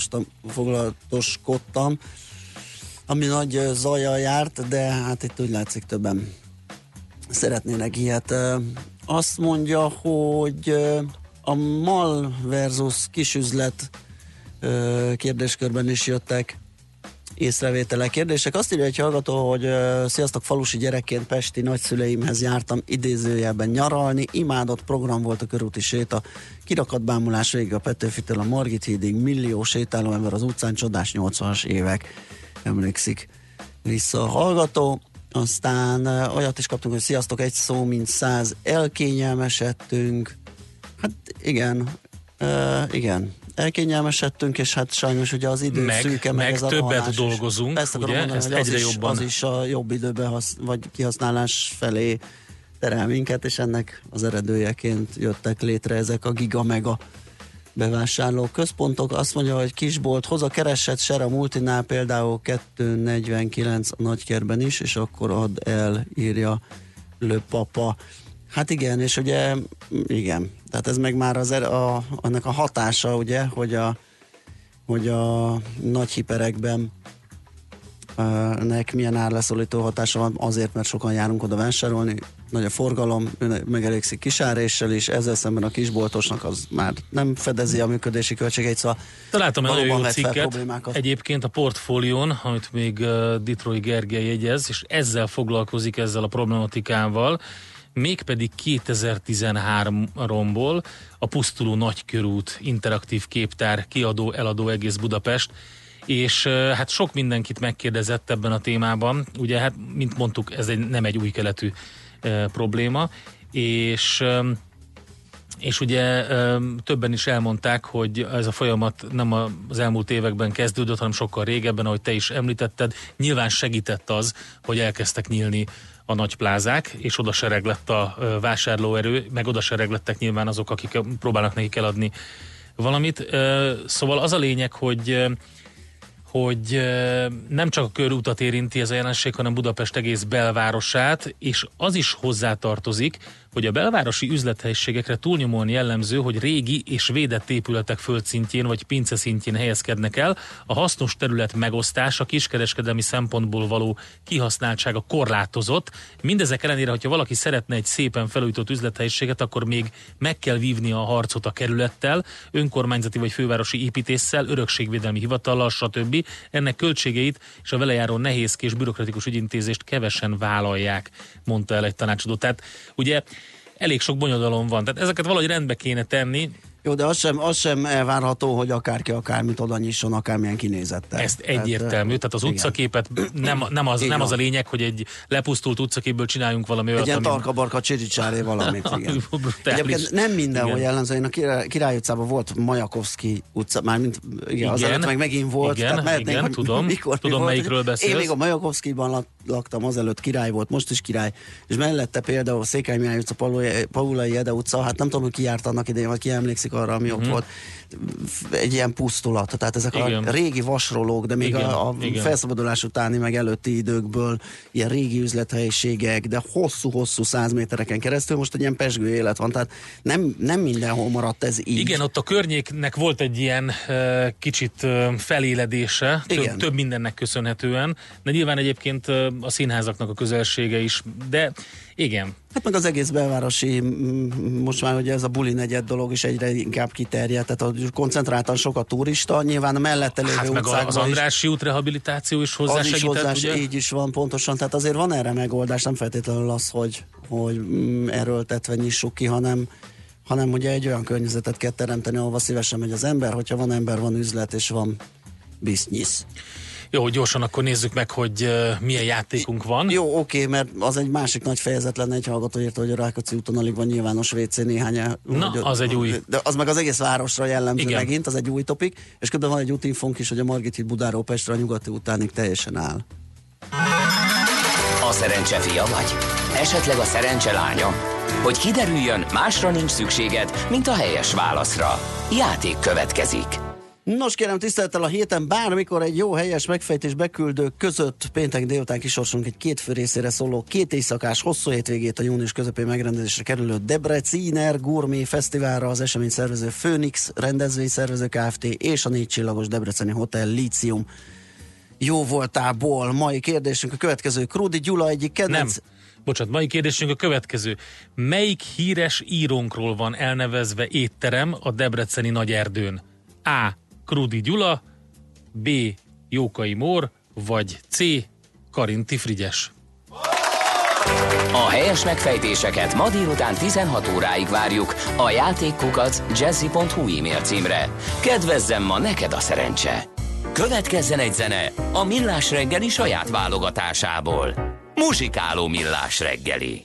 foglalatoskodtam, ami nagy zajjal járt, de hát itt úgy látszik többen szeretnének ilyet. Azt mondja, hogy a MAL versus kisüzlet kérdéskörben is jöttek észrevételek, kérdések. Azt írja egy hallgató, hogy sziasztok, falusi gyerekként pesti nagyszüleimhez jártam idézőjelben nyaralni, imádott program volt a körúti séta, kirakatbámulás végig a Petőfitől a Margit hídig, millió sétáló ember az utcán, csodás 80-as évek, emlékszik vissza a hallgató. Aztán olyat is kaptunk, hogy sziasztok, egy szó mint 100, elkényelmesedtünk. Hát igen, elkényelmesedtünk, és hát sajnos ugye az idő szűke, meg ez a többet dolgozunk, ezt ugye, mondani, ezt egyre jobban. Az is a jobb időben vagy kihasználás felé terel minket, és ennek az eredőjeként jöttek létre ezek a giga-mega bevásárló központok. Azt mondja, hogy kisbolt hoz a keresett ser a multinál például 2,49 a Nagykerben is, és akkor ad el, írja Le Papa. Hát igen, és ugye igen, tehát ez meg már annak a hatása, ugye, hogy a nagy hiperekben nek milyen árleszorító hatása van, azért, mert sokan járunk oda vásárolni, nagy a forgalom, megelégszik kisáréssel is, ezzel szemben a kisboltosnak az már nem fedezi a működési költségeit, szóval találtam egy nagyon jó cikket egyébként a portfólión, amit még Ditrói Gergely jegyez, és ezzel foglalkozik, ezzel a problematikával, mégpedig 2013-ból a Pusztuló Nagykörút interaktív képtár kiadó, eladó egész Budapest, és hát sok mindenkit megkérdezett ebben a témában, ugye hát, mint mondtuk, ez nem egy új keletű probléma, és ugye többen is elmondták, hogy ez a folyamat nem az elmúlt években kezdődött, hanem sokkal régebben, ahogy te is említetted. Nyilván segített az, hogy elkezdtek nyílni a nagy plázák, és oda sereg lett a vásárlóerő, meg oda sereg lettek nyilván azok, akik próbálnak nekik eladni valamit. Szóval az a lényeg, hogy nem csak a körútat érinti ez a jelenség, hanem Budapest egész belvárosát, és az is hozzátartozik, hogy a belvárosi üzlethelyiségekre túlnyomóan jellemző, hogy régi és védett épületek földszintjén vagy pince szintjén helyezkednek el, a hasznos terület megosztása, kiskereskedelmi szempontból való kihasználtsága korlátozott. Mindezek ellenére, hogyha valaki szeretne egy szépen felújított üzlethelyiséget, akkor még meg kell vívnia a harcot a kerülettel, önkormányzati vagy fővárosi építéssel, örökségvédelmi hivatallal, stb. Ennek költségeit és a vele járó nehézkés bürokratikus ügyintézést kevesen vállalják, mondta el egy tanácsadó. Tehát ugye elég sok bonyodalom van, tehát ezeket valahogy rendbe kéne tenni. Jó, de az sem elvárható, hogy akárki akármit oda nyisson, akármilyen kinézettel. Ez egyértelmű, tehát az utcaképet nem az a lényeg, hogy egy lepusztult utcaképből csináljunk valami olyat. Egy ilyen tarka-barka csiricsáré valamit, igen. Egyébként nem mindenhol jellemző, én a Király utcában volt Majakovszky utca, mármint igen, azelőtt meg megint volt. Igen, tudom melyikről beszélsz. Én még a Majakovszkyban laktam, azelőtt király volt, most is király, és mellette például Székely Mihály utca, Paulai Ede utca, hát nem tudom, hogy ki járt annak idején, vagy ki emlékszik arra, ami ott volt, egy ilyen pusztulat, tehát ezek a régi vasrolók, de még a felszabadulás utáni, meg előtti időkből ilyen régi üzlethelyiségek, de hosszú-hosszú 100 métereken keresztül most egy ilyen pezsgő élet van, tehát nem mindenhol maradt ez így. Igen, ott a környéknek volt egy ilyen kicsit feléledése, több mindennek köszönhetően, de nyilván egyébként a színházaknak a közelsége is, de igen. Hát meg az egész belvárosi, most már ugye ez a buli negyed dolog is egyre inkább kiterjedt, tehát koncentráltan sok a turista, nyilván a mellette lévő utcákban meg az Andrássy út rehabilitáció is hozzásegített, ugye? Így is van, pontosan, tehát azért van erre megoldás, nem feltétlenül az, hogy erőltetve nyissuk ki, hanem ugye egy olyan környezetet kell teremteni, ahova szívesen megy az ember, hogyha van ember, van üzlet és van biznisz. Jó, gyorsan akkor nézzük meg, hogy milyen játékunk van. Jó, oké, mert az egy másik nagy fejezet lenne, egy hallgató írta, hogy a Rákóczi úton alig van nyilvános WC néhány. Az egy új. De az meg az egész városra jellemző. Igen. Megint, az egy új topik. És közben van egy útinfónk is, hogy a Margit híd Budáról Pestre a Nyugati utánig teljesen áll. A szerencse fia vagy? Esetleg a szerencse lánya? Hogy kiderüljön, másra nincs szükséged, mint a helyes válaszra. Játék következik. Nos kérem, tisztelettel a héten bármikor egy jó helyes megfejtés beküldők között péntek délután kisorsolunk egy 2 fő részére szóló 2 éjszakás hosszú hétvégét a június közepén megrendezésre kerülő Debreciner Gourmet Fesztiválra az esemény szervező Phoenix rendezvényszervező Kft. És a 4 csillagos debreceni Hotel Lícium jó voltából. Mai kérdésünk a következő. Krúdi Gyula egyik kedvenc... Nem. Bocsánat, mai kérdésünk a következő. Melyik híres írónkról van elnevezve étterem a debreceni Nagyerdőn? A. Krúdi Gyula, B. Jókai Mór, vagy C. Karinti Frigyes. A helyes megfejtéseket ma délután 16 óráig várjuk a játékkukac@jazzy.hu e-mail címre. Kedvezzem ma neked a szerencse! Következzen egy zene a Millás reggeli saját válogatásából. Muzsikáló Millás reggeli.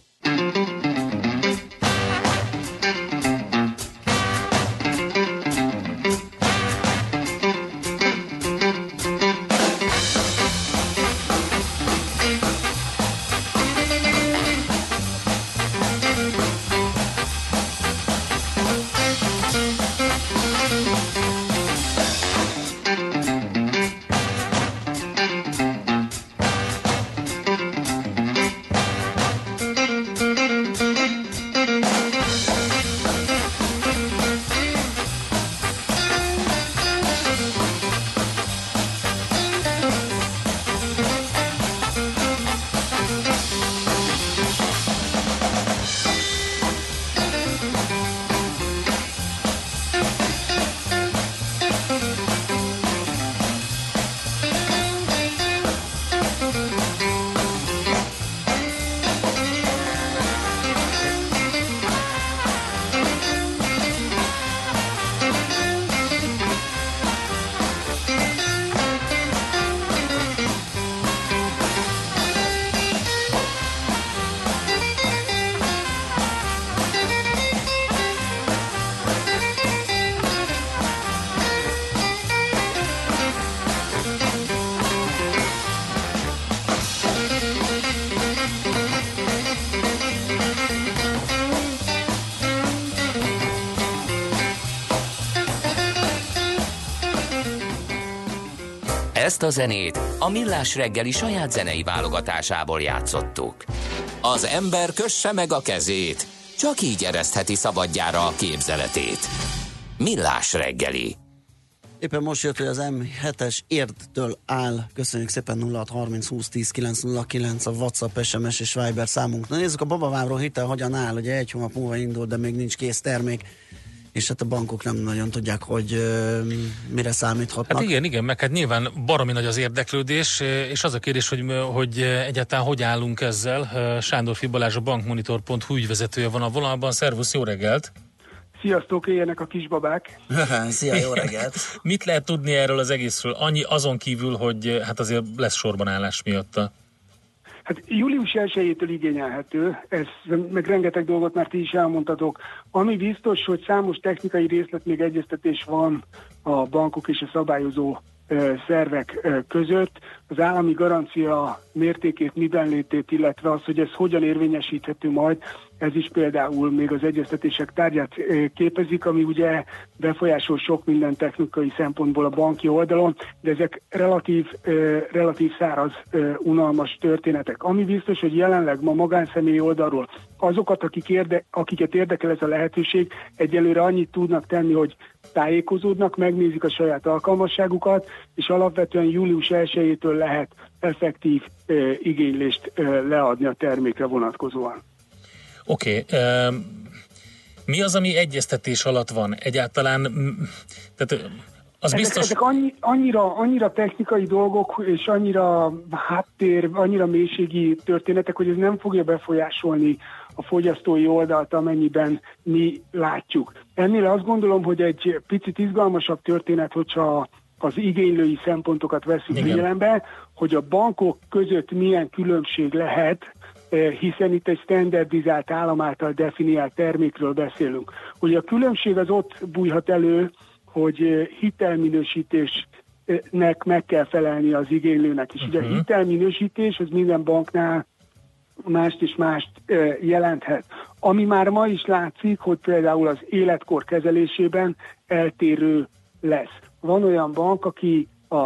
Ezt a zenét a Millás reggeli saját zenei válogatásából játszottuk. Az ember kösse meg a kezét, csak így eresztheti szabadjára a képzeletét. Millás reggeli. Éppen most jött, hogy az M7-es Érdtől áll. Köszönjük szépen. 0630 20 10 909 a WhatsApp, SMS és Viber számunk. Na nézzük, a babavámról hitel hogyan áll. Ugye 1 hónap múlva indul, de még nincs kész termék. És hát a bankok nem nagyon tudják, hogy mire számíthatnak. Hát igen, meg hát nyilván baromi nagy az érdeklődés, és az a kérdés, hogy egyáltalán hogy állunk ezzel. Sándor Balázs, a bankmonitor.hu ügyvezetője van a vonalban. Szervusz, jó reggelt! Sziasztok, éljenek a kisbabák! Szia, jó reggelt! Mit lehet tudni erről az egészről? Annyi azon kívül, hogy hát azért lesz sorban állás miatta. Hát július 1-től igényelhető, ez meg rengeteg dolgot már ti is elmondtatok. Ami biztos, hogy számos technikai részlet még egyeztetés van a bankok és a szabályozó szervek között az állami garancia mértékét, miben létét, illetve az, hogy ez hogyan érvényesíthető majd, ez is például még az egyeztetések tárgyát képezik, ami ugye befolyásol sok minden technikai szempontból a banki oldalon, de ezek relatív száraz, unalmas történetek. Ami biztos, hogy jelenleg ma magánszemélyi oldalról azokat, akiket érdekel ez a lehetőség, egyelőre annyit tudnak tenni, hogy tájékozódnak, megnézik a saját alkalmasságukat, és alapvetően július 1-től lehet effektív igénylést leadni a termékre vonatkozóan. Oké. Mi az, ami egyeztetés alatt van? Egyáltalán, tehát az biztos... Ezek annyira technikai dolgok, és annyira háttér, annyira mélységi történetek, hogy ez nem fogja befolyásolni a fogyasztói oldalt, amennyiben mi látjuk. Ennél azt gondolom, hogy egy picit izgalmasabb történet, hogyha az igénylői szempontokat veszünk figyelembe, hogy a bankok között milyen különbség lehet, hiszen itt egy standardizált állam által definiált termékről beszélünk. Ugye a különbség az ott bújhat elő, hogy hitelminősítésnek meg kell felelni az igénylőnek is. Ugye a hitelminősítés az minden banknál mást és mást jelenthet. Ami már ma is látszik, hogy például az életkor kezelésében eltérő lesz. Van olyan bank, aki a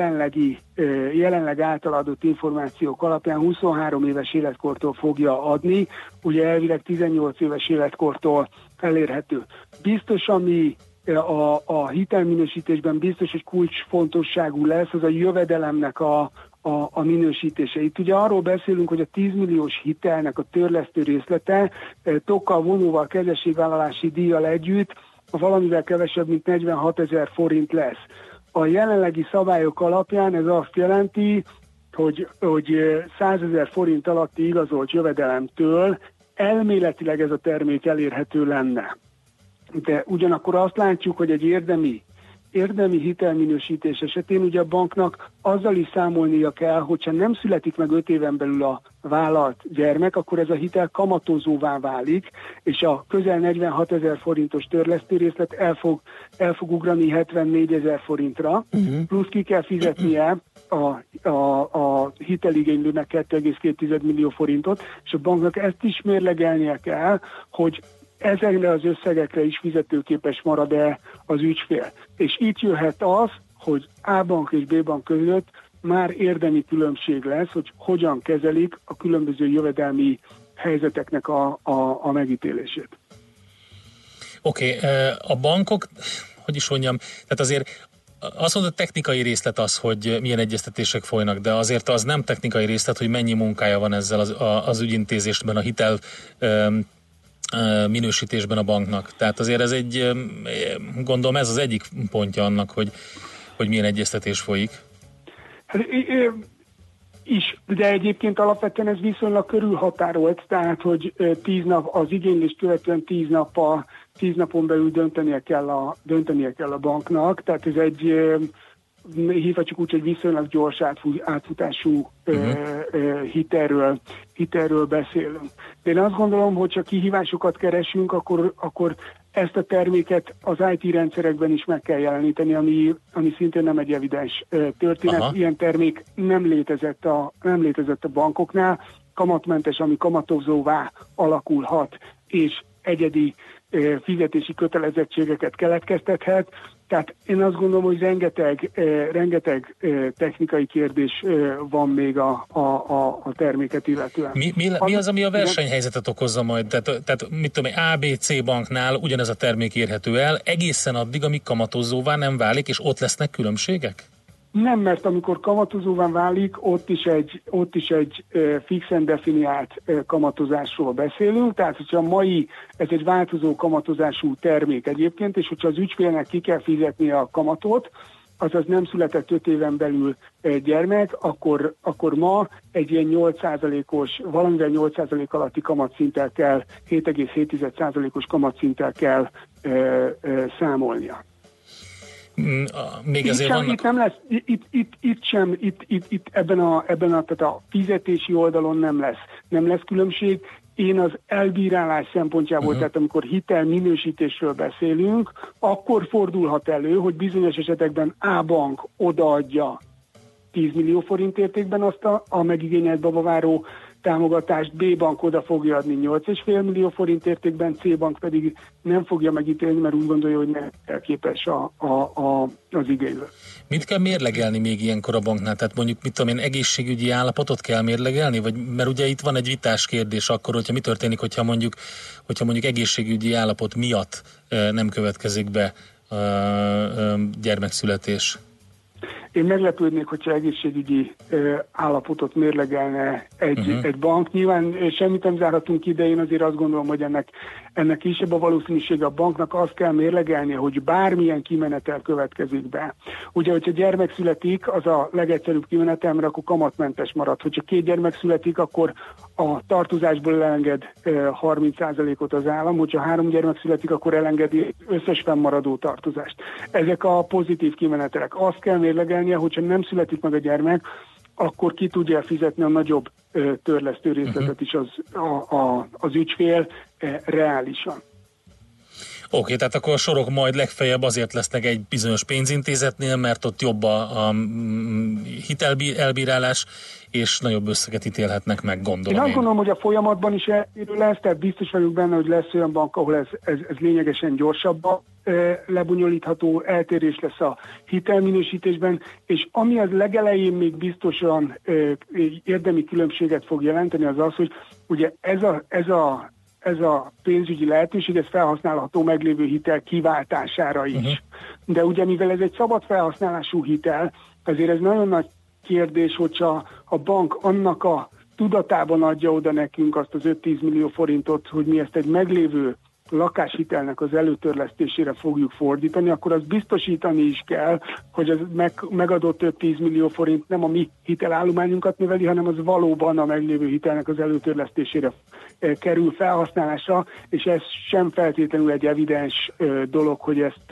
jelenleg által adott információk alapján 23 éves életkortól fogja adni, ugye elvileg 18 éves életkortól elérhető. Biztos, ami a hitelminősítésben biztos, hogy kulcsfontosságú lesz, az a jövedelemnek a minősítése. Itt ugye arról beszélünk, hogy a 10 milliós hitelnek a törlesztő részlete tokkal, vonóval, kezességvállalási díjjal együtt valamivel kevesebb, mint 46 000 forint lesz. A jelenlegi szabályok alapján ez azt jelenti, hogy 100 000 forint alatti igazolt jövedelemtől elméletileg ez a termék elérhető lenne. De ugyanakkor azt látjuk, hogy egy érdemi hitelminősítés esetén ugye a banknak azzal is számolnia kell, hogyha nem születik meg 5 éven belül a vállalt gyermek, akkor ez a hitel kamatozóvá válik, és a közel 46 000 forintos törlesztőrészlet el fog ugrani 74 000 forintra, plusz ki kell fizetnie a hiteligénylőnek 2,2 millió forintot, és a banknak ezt is mérlegelnie kell, hogy ezekre az összegekre is fizetőképes marad-e az ügyfél. És itt jöhet az, hogy A bank és B bank között már érdemi különbség lesz, hogy hogyan kezelik a különböző jövedelmi helyzeteknek a megítélését. Oké, a bankok, hogy is mondjam, tehát azért azt mondod, technikai részlet az, hogy milyen egyeztetések folynak, de azért az nem technikai részlet, hogy mennyi munkája van ezzel az ügyintézésben, a hitel minősítésben a banknak. Tehát azért ez gondolom ez az egyik pontja annak, hogy milyen egyeztetés folyik. Hát, de egyébként alapvetően ez viszonylag körülhatárolt, tehát hogy 10 nap az igénylést követően 10 napon belül döntenie kell a banknak, tehát ez egy hívhatjuk úgy, hogy viszonylag gyors átfutású hitelről beszélünk. De én azt gondolom, hogy ha kihívásokat keresünk, akkor ezt a terméket az IT rendszerekben is meg kell jeleníteni, ami szintén nem egy evidens történet. Aha. Ilyen termék nem létezett a bankoknál, kamatmentes, ami kamatozóvá alakulhat, és egyedi fizetési kötelezettségeket keletkeztethet. Tehát én azt gondolom, hogy rengeteg technikai kérdés van még a terméket illetően. Mi az, ami a versenyhelyzetet okozza majd? Tehát mit tudom, A, B, C banknál ugyanez a termék érhető el, egészen addig, amíg kamatozóvá nem válik, és ott lesznek különbségek? Nem, mert amikor kamatozóvá válik, ott is egy fixen definiált kamatozásról beszélünk, tehát hogyha ez egy változó kamatozású termék egyébként, és hogyha az ügyfélnek ki kell fizetnie a kamatot, azaz nem született 5 éven belül gyermek, akkor ma egy ilyen 8%-os, valamivel 8% alatti kamatszinttel kell, 7,7%-os kamatszinttel kell számolnia. Még ezért vannak... Itt nem lesz, itt ebben tehát a fizetési oldalon nem lesz különbség. Én az elbírálás szempontjából, tehát amikor hitelminősítésről beszélünk, akkor fordulhat elő, hogy bizonyos esetekben A bank odaadja 10 millió forint értékben azt a megigényelt babaváró támogatást, B bank oda fogja adni 8,5 millió forint értékben, C bank pedig nem fogja megítélni, mert úgy gondolja, hogy nem elképes az igénylő. Mit kell mérlegelni még ilyenkor a banknál? Tehát mondjuk, mit tudom én, egészségügyi állapotot kell mérlegelni? Vagy, mert ugye itt van egy vitás kérdés akkor, hogyha mi történik, hogyha mondjuk egészségügyi állapot miatt nem következik be gyermekszületés. Én meglepődnék, hogyha egészségügyi állapotot mérlegelne egy bank. Nyilván semmit nem zárhatunk ki, de én azért azt gondolom, hogy ennek kisebb a valószínűsége. A banknak azt kell mérlegelni, hogy bármilyen kimenetel következik be. Ugye, hogyha gyermek születik, az a legegyszerűbb kimenetel, mert akkor kamatmentes marad. Hogyha 2 gyermek születik, akkor a tartozásból elenged 30%-ot az állam, hogyha 3 gyermek születik, akkor elengedi összes fennmaradó tartozást. Ezek a pozitív kimenetelek. Azt kell mérlegelnie, hogyha nem születik meg a gyermek, akkor ki tudja fizetni a nagyobb törlesztő részletet is az ügyfél reálisan. Oké, tehát akkor a sorok majd legfeljebb azért lesznek egy bizonyos pénzintézetnél, mert ott jobb a hitelelbírálás, és nagyobb összeget ítélhetnek meg, gondolom. Én azt gondolom, hogy a folyamatban is eltérő lesz, tehát biztos vagyok benne, hogy lesz olyan bank, ahol ez lényegesen gyorsabban lebonyolítható, eltérés lesz a hitelminősítésben, és ami az legelején még biztosan érdemi különbséget fog jelenteni, az az, hogy ugye ez a pénzügyi lehetőség, ez felhasználható meglévő hitel kiváltására is. De ugye mivel ez egy szabad felhasználású hitel, ezért ez nagyon nagy kérdés, hogyha a bank annak a tudatában adja oda nekünk azt az 5-10 millió forintot, hogy mi ezt egy meglévő lakáshitelnek az előtörlesztésére fogjuk fordítani, akkor azt biztosítani is kell, hogy az megadott 5-10 millió forint nem a mi hitelállományunkat növeli, hanem az valóban a meglévő hitelnek az előtörlesztésére kerül felhasználásra, és ez sem feltétlenül egy evidens dolog, hogy ezt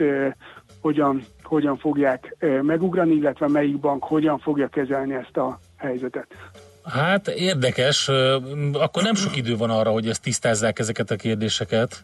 hogyan fogják megugrani, illetve melyik bank hogyan fogja kezelni ezt a helyzetet. Hát érdekes, akkor nem sok idő van arra, hogy ezt tisztázzák, ezeket a kérdéseket.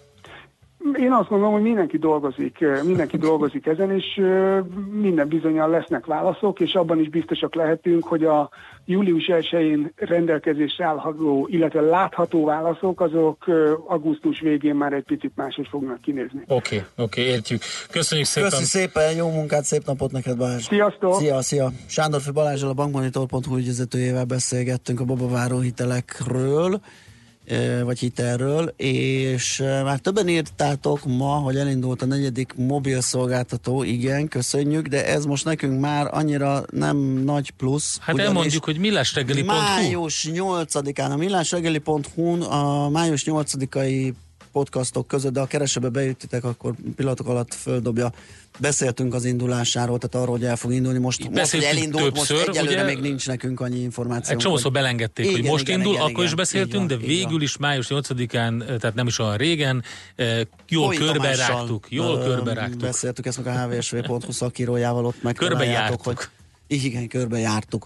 Én azt mondom, hogy mindenki dolgozik ezen, és minden bizonnyal lesznek válaszok, és abban is biztosak lehetünk, hogy a július 1-én rendelkezésre állható, illetve látható válaszok, azok augusztus végén már egy picit máshogy fognak kinézni. Oké, értjük. Köszönjük szépen! Köszi szépen, jó munkát, szép napot neked, Balázs! Sziasztok! Szia! Sándorfi Balázsral, a bankmonitor.hu ügyvezetőjével beszélgettünk a babaváró hitelekről, vagy hitelről, és már többen írtátok ma, hogy elindult a 4. mobil szolgáltató, igen, köszönjük, de ez most nekünk már annyira nem nagy plusz. Hát elmondjuk, hogy millásreggeli.hu. Május 8-án a millásreggeli.hu-n a május 8-ai podcastok között, de ha keresőbe beütitek, akkor pillanatok alatt földobja. Beszéltünk az indulásáról, tehát arról, hogy el fog indulni. Most hogy elindult, többször, most egyelőre ugye, még nincs nekünk annyi információ. Egy csomószor belengedték, hogy most indul, akkor is beszéltünk, de végül is május 8-án, tehát nem is olyan régen, jól körberágtuk. Beszéltük ezt meg a hvsv.hu szakírójával, ott megtaláljátok, hogy igen, körbejártuk.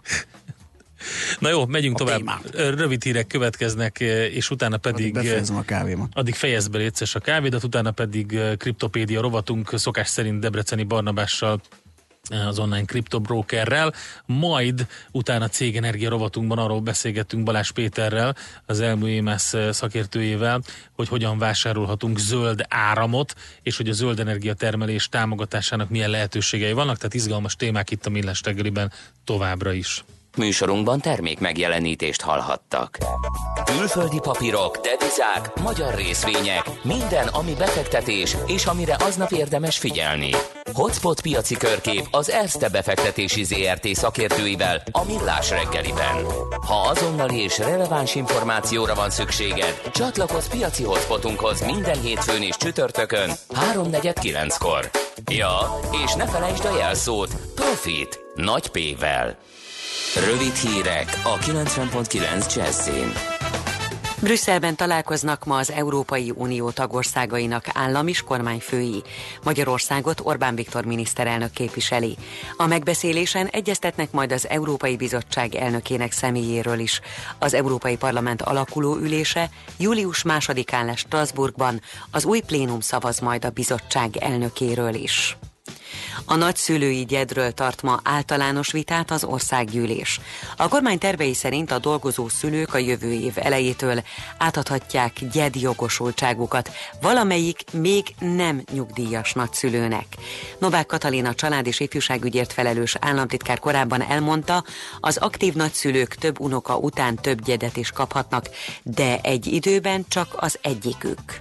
Na jó, megyünk tovább. Rövid hírek következnek, és utána pedig... Befejezem a kávémat. Addig fejezd be létszes a kávédat, utána pedig kriptopédia rovatunk szokás szerint Debreceni Barnabással, az online kriptobrokerrel, majd utána cégenergia rovatunkban arról beszélgettünk Balázs Péterrel, az EMAS szakértőjével, hogy hogyan vásárolhatunk zöld áramot, és hogy a zöld energia termelés támogatásának milyen lehetőségei vannak, tehát izgalmas témák itt a Millás reggeliben továbbra is. Műsorunkban termék megjelenítést hallhattak. Külföldi papírok, devizák, magyar részvények, minden, ami befektetés, és amire aznap érdemes figyelni. Hotspot piaci körkép az Erste befektetési ZRT szakértőivel a Millás reggeliben. Ha azonnali és releváns információra van szükséged, csatlakozz piaci hotspotunkhoz minden hétfőn és csütörtökön 3:49-kor. Ja, és ne felejtsd a jelszót Profit nagy P-vel. Rövid hírek a 90.9 Jazzin. Brüsszelben találkoznak ma az Európai Unió tagországainak állam- és kormányfői. Magyarországot Orbán Viktor miniszterelnök képviseli. A megbeszélésen egyeztetnek majd az Európai Bizottság elnökének személyéről is. Az Európai Parlament alakuló ülése július 2-án lesz Strasbourgban, az új plénum szavaz majd a bizottság elnökéről is. A nagyszülői gyedről tart ma általános vitát az országgyűlés. A kormány tervei szerint a dolgozó szülők a jövő év elejétől átadhatják gyedjogosultságukat valamelyik még nem nyugdíjas nagyszülőnek. Novák Katalin, a család és ifjúságügyért felelős államtitkár korábban elmondta, az aktív nagyszülők több unoka után több gyedet is kaphatnak, de egy időben csak az egyikük.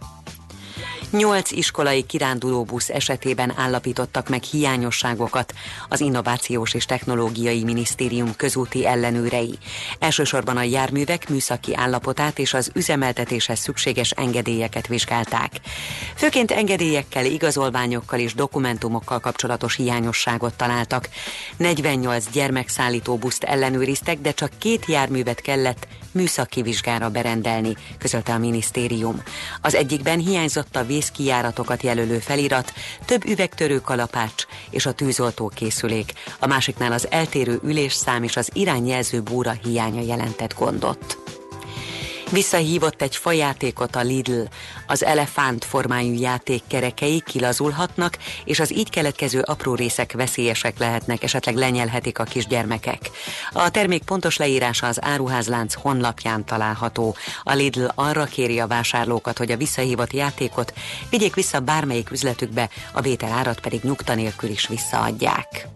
8 iskolai kirándulóbusz esetében állapítottak meg hiányosságokat az Innovációs és Technológiai Minisztérium közúti ellenőrei. Elsősorban a járművek műszaki állapotát és az üzemeltetéshez szükséges engedélyeket vizsgálták. Főként engedélyekkel, igazolványokkal és dokumentumokkal kapcsolatos hiányosságot találtak. 48 gyermekszállító buszt ellenőriztek, de csak 2 járművet kellett műszaki vizsgára berendelni, közölte a minisztérium. Az egyikben hiányzott a vészkijáratokat jelölő felirat, több üvegtörő kalapács és a tűzoltó készülék. A másiknál az eltérő ülésszám és az irányjelző búra hiánya jelentett gondot. Visszahívott egy fajátékot a Lidl. Az elefánt formájú játék kerekei kilazulhatnak, és az így keletkező apró részek veszélyesek lehetnek, esetleg lenyelhetik a kisgyermekek. A termék pontos leírása az áruházlánc honlapján található. A Lidl arra kéri a vásárlókat, hogy a visszahívott játékot vigyék vissza bármelyik üzletükbe, a vételárat pedig nyugta nélkül is visszaadják.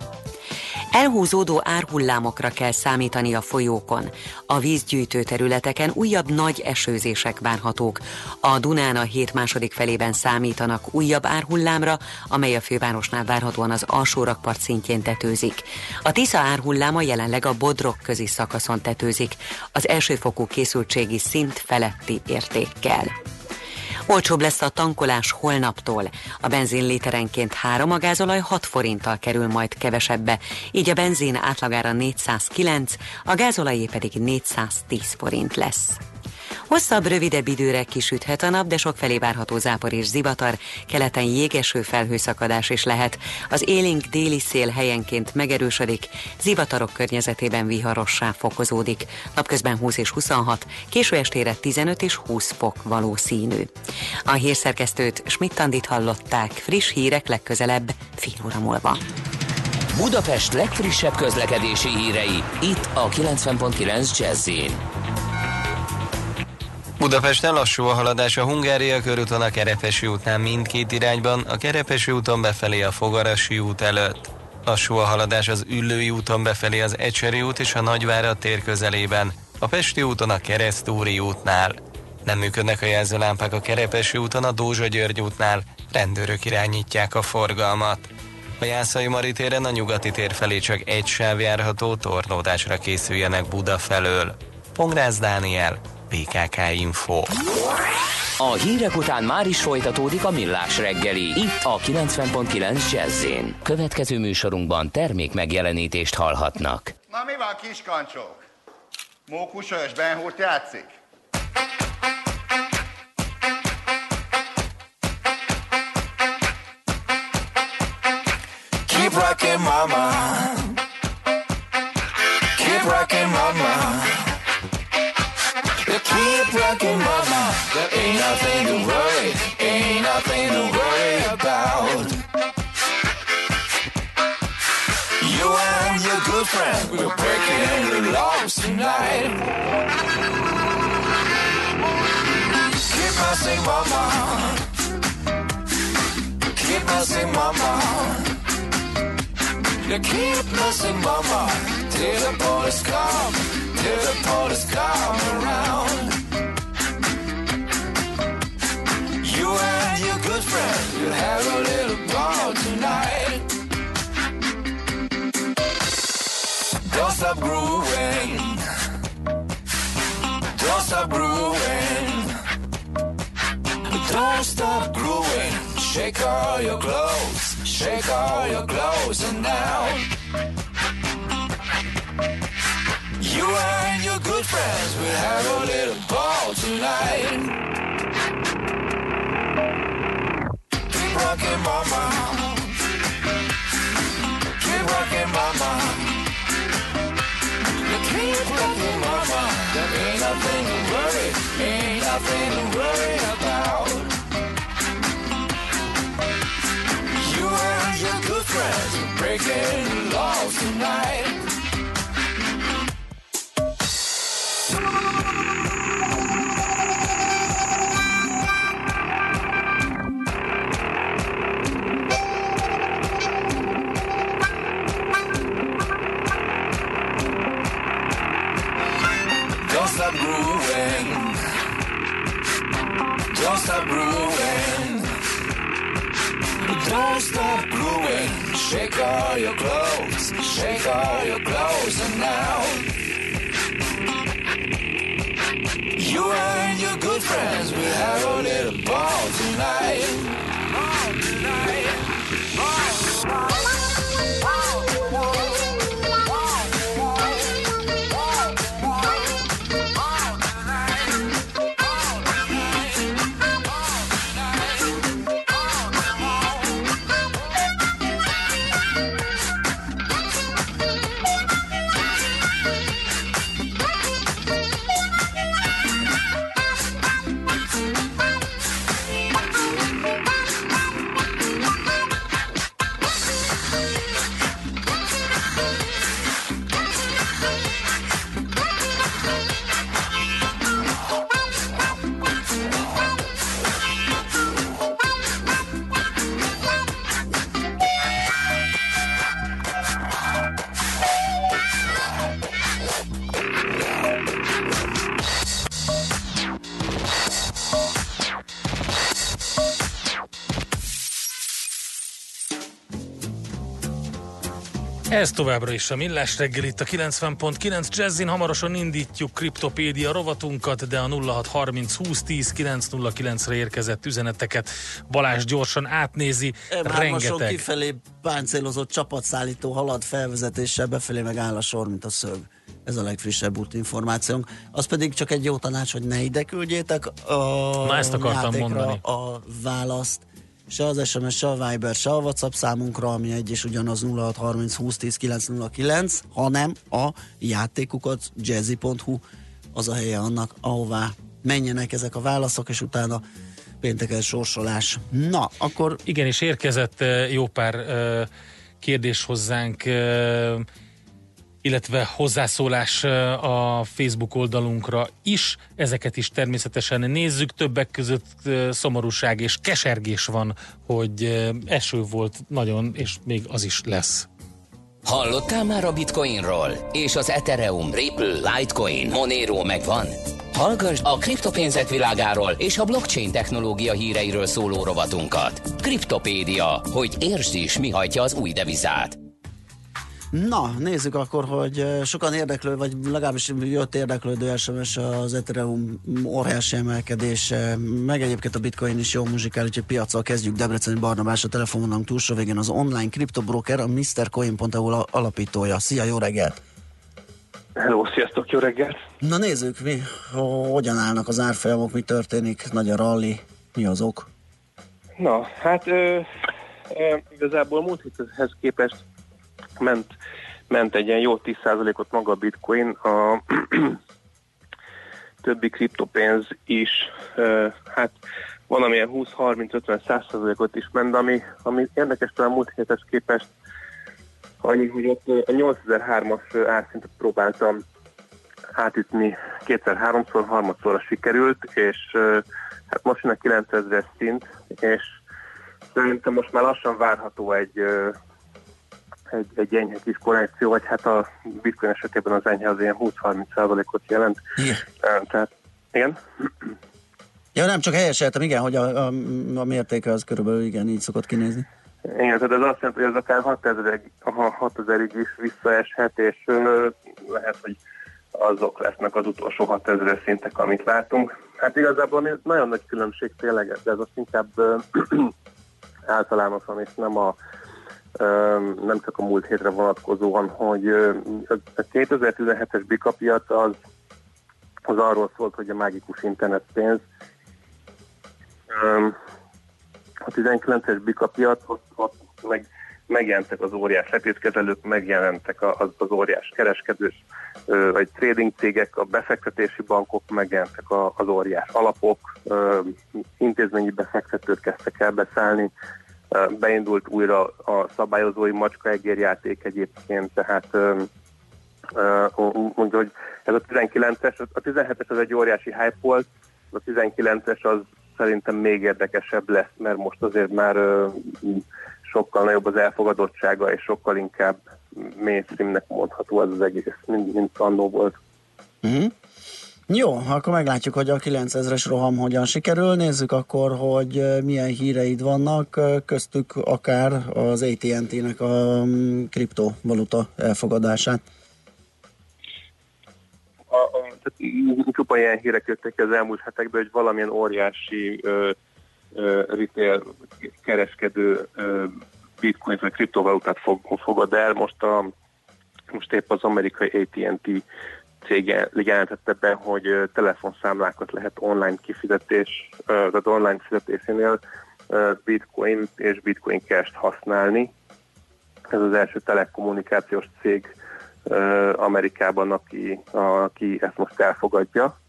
Elhúzódó árhullámokra kell számítani a folyókon. A vízgyűjtő területeken újabb nagy esőzések várhatók. A Dunán a hét második felében számítanak újabb árhullámra, amely a fővárosnál várhatóan az alsó rakpart szintjén tetőzik. A Tisza árhulláma jelenleg a Bodrog-közi szakaszon tetőzik, az elsőfokú készültségi szint feletti értékkel. Olcsóbb lesz a tankolás holnaptól. A benzin literenként 3, a gázolaj 6 forinttal kerül majd kevesebbe, így a benzin átlagára 409, a gázolajé pedig 410 forint lesz. Hosszabb, rövidebb időre kisüthet a nap, de sokfelé várható zápor és zivatar, keleten jégeső felhőszakadás is lehet. Az élénk déli szél helyenként megerősödik, zivatarok környezetében viharossá fokozódik. Napközben 20 és 26, késő estére 15 és 20 fok valószínű. A hírszerkesztőt, Schmidt-Andit hallották, friss hírek legközelebb fél óra múlva. Budapest legfrissebb közlekedési hírei, itt a 90.9 Jazz-in. Budapesten lassú a haladás a Hungária körúton a Kerepesi útnál mindkét irányban, a Kerepesi úton befelé a Fogarasi út előtt. Lassú a haladás az Üllői úton befelé az Ecseri út és a Nagyvárad tér közelében, a Pesti úton a Keresztúri útnál. Nem működnek a jelzőlámpák a Kerepesi úton a Dózsa-György útnál, rendőrök irányítják a forgalmat. A Jászai Mari téren a Nyugati tér felé csak egy sáv járható, torlódásra készüljenek Buda felől. Pongrász Dániel, PKK Info. A hírek után már is folytatódik a Millás reggeli, itt a 90.9 Jazz-in. Következő műsorunkban termék megjelenítést hallhatnak. Na mi van, kiskancsók? Mókusos Ben Hurt játszik? Keep rockin' mama. Keep rockin' mama. Keep rockin' mama. There ain't nothing to worry, ain't nothing to worry about. You and your good friend, we're breaking the laws tonight. Keep messing mama. Keep messing mama. You keep messing mama. Till the police come, till the police come around. You and your good friend, you'll have a little ball tonight. Don't stop grooving. Don't stop grooving. Don't stop grooving. Shake all your clothes. Shake all your clothes and now. You and your good friends will have a little ball tonight. tonight. Keep rocking, mama. Keep rocking, mama. You keep rocking, mama. There ain't nothing to worry, ain't nothing to worry about. You and your good friends are breaking the laws tonight. Don't stop grooving. Don't stop grooving. Don't stop grooving. Shake all your clothes. Shake all your clothes. And now you and your good friends will have a little ball tonight. Ball tonight. Ball tonight. Ez továbbra is a Millás reggel itt a 90.9 Jazzin. Hamarosan indítjuk Kriptopédia rovatunkat, de a 0630 2010 909-re érkezett üzeneteket Balázs gyorsan átnézi. Rengeteg. Kifelé páncélozott csapatszállító halad felvezetéssel, befelé meg áll a sor, mint a szög. Ez a legfrissebb útinformációnk. Az pedig csak egy jó tanács, hogy ne ide küldjétek a ezt akartam mondani. A választ. Se az SMS, se a Viber, se a WhatsApp számunkra, ami egy és ugyanaz 0630 2010 909, hanem a játékukat jazzy.hu az a helye annak, ahová menjenek ezek a válaszok, és utána pénteken sorsolás. Na, akkor... Igen, és érkezett jó pár kérdés hozzánk, illetve hozzászólás a Facebook oldalunkra is. Ezeket is természetesen nézzük. Többek között szomorúság és kesergés van, hogy eső volt nagyon, és még az is lesz. Hallottál már a Bitcoinról? És az Ethereum, Ripple, Litecoin, Monero megvan? Hallgass a kriptopénzek világáról és a blockchain technológia híreiről szóló rovatunkat. Kriptopédia, hogy értsd is, mi hajtja az új devizát. Na, nézzük akkor, hogy sokan érdeklő, vagy legalábbis jött érdeklődő SMS az Ethereum óriási emelkedése, meg egyébként a Bitcoin is jó muzsikál, úgyhogy piaccal kezdjük. Debreceni Barnabás a telefononunk túlsó végén az online kriptobroker, a MrCoin.eu alapítója. Szia, jó reggelt! Hello, sziasztok, jó reggelt! Na nézzük, hogyan állnak az árfolyamok, mi történik, nagy a rally, mi az ok? Na, hát igazából múlt héthez képest ment egy ilyen jó 10%-ot maga a Bitcoin, a többi kriptopénz is, hát van amilyen 20-30-50-100%-ot is ment, ami érdekes talán múlt héthez képest, annyi, hogy ott a 8003-as árszintet próbáltam átütni kétszer-háromszor, harmadszorra sikerült, és hát most jön a 9000-es szint, és szerintem most már lassan várható egy enyhe kis korrekció, vagy hát a Bitcoin esetében az enyhe az ilyen 20-30%-ot jelent. Tehát, igen? Ja, nem, csak helyeseltem, igen, hogy a mértéke az körülbelül igen, így szokott kinézni. Igen, tehát ez azt jelenti, hogy ez akár 6000-ig is visszaeshet, és lehet, hogy azok lesznek az utolsó 6000-es szintek, amit látunk. Hát igazából nagyon nagy különbség tényleg, de ez azt inkább általánosan, és nem csak a múlt hétre vonatkozóan, hogy a 2017-es bika piac az arról szólt, hogy a mágikus internetpénz. A 19-es Bika piac, ott megjelentek az óriás letétkezelők, megjelentek az óriás kereskedős, vagy trading cégek, a befektetési bankok, megjelentek az óriás alapok, intézményi befektetők kezdtek el beszállni, beindult újra a szabályozói macskaegérjáték egyébként, tehát mondja, hogy ez a 19-es, a 17-es az egy óriási hype volt, a 19-es az szerintem még érdekesebb lesz, mert most azért már sokkal nagyobb az elfogadottsága, és sokkal inkább mainstreamnek mondható az egész, mint annó volt. Jó, akkor meglátjuk, hogy a 9000-es roham hogyan sikerül. Nézzük akkor, hogy milyen híreid vannak, köztük akár az AT&T-nek a kriptovaluta elfogadását. Csupa ilyen hírek jöttek az elmúlt hetekben, hogy valamilyen óriási retail kereskedő bitcoin vagy kriptovalutát fogad el. Most épp az amerikai AT&T cége jelentette be, hogy telefonszámlákat lehet online kifizetés, tehát online fizetésénél bitcoin és bitcoin cash-t használni. Ez az első telekommunikációs cég Amerikában, aki ezt most elfogadja.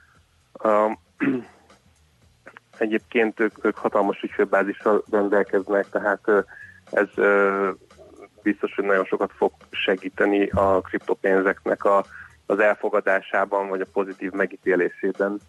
Egyébként ők hatalmas ügyfélbázissal rendelkeznek, tehát ez biztos, hogy nagyon sokat fog segíteni a kriptopénzeknek az elfogadásában, vagy a pozitív megítélésében.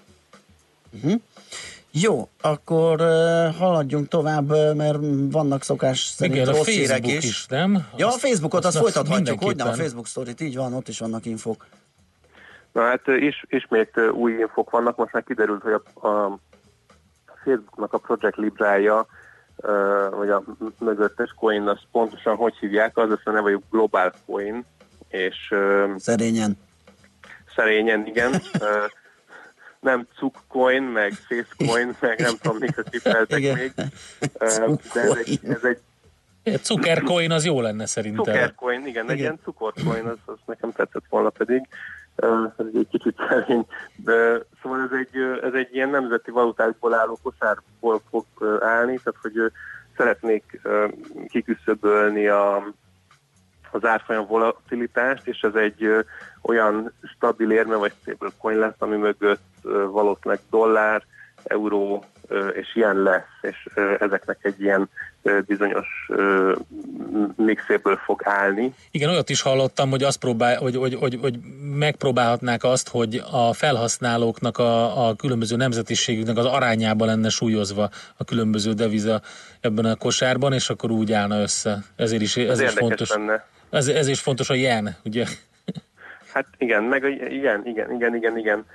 Jó, akkor haladjunk tovább, mert vannak szokás szerint igen, rossz hírek is. Nem? Ja, a Facebookot, azt folytathatjuk, hogy nem, a Facebook sztorit, így van, ott is vannak infók. Na hát ismét új infók vannak, most már kiderült, hogy a Facebooknak a Project Librája, vagy a mögöttes coin, az pontosan hogy hívják, az a neve, hogy Global Coin, és... Szerényen, igen. Nem Coin, meg Facecoin, meg nem tudom, mikor kifejezek még. De ez egy Cukercoin az jó lenne szerintem. Cukercoin, igen, egy ilyen cukorcoin, az nekem tetszett volna pedig. Ez egy kicsit szerény. De, szóval ez egy ilyen nemzeti valutákból álló kosárból fog állni, tehát hogy szeretnék kiküszöbölni az árfolyam volatilitást, és ez egy olyan stabil érme vagy stablecoin lesz, ami mögött valószínűleg dollár, euró és ilyen lesz, és ezeknek egy ilyen bizonyos mixéből fog állni. Igen, olyat is hallottam, hogy hogy megpróbálhatnák azt, hogy a felhasználóknak a különböző nemzetiségüknek az arányában lenne súlyozva a különböző deviza ebben a kosárban, és akkor úgy állna össze. Ezért is, ez is fontos. Lenne. Ez is fontos a yen, ugye? Hát igen, meg igen.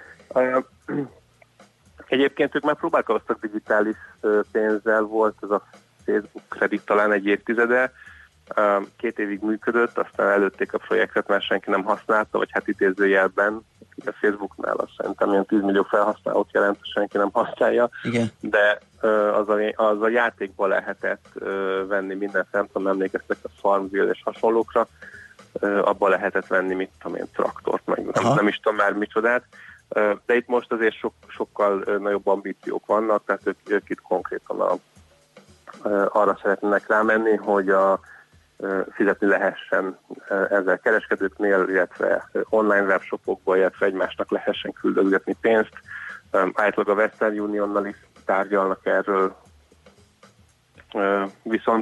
Egyébként ők már próbálkoztak digitális pénzzel, volt ez a Facebook kredit talán egy évtizede, 2 évig működött, aztán előtték a projektet, mert senki nem használta, vagy hát idézőjelben, a Facebooknál azt szerintem ilyen 10 millió felhasználót jelent, senki nem használja, igen. De az a játékba lehetett venni minden szempontból, emlékeztek a Farmville és hasonlókra, abba lehetett venni, mit tudom én, traktort, meg nem is tudom már micsodát, de itt most azért sokkal nagyobb ambíciók vannak, tehát ők itt konkrétan arra szeretnének rámenni, hogy fizetni lehessen ezzel kereskedőknél, illetve online webshopokból, illetve egymásnak lehessen küldözgetni pénzt. Általában a Western Unionnal is tárgyalnak erről, viszont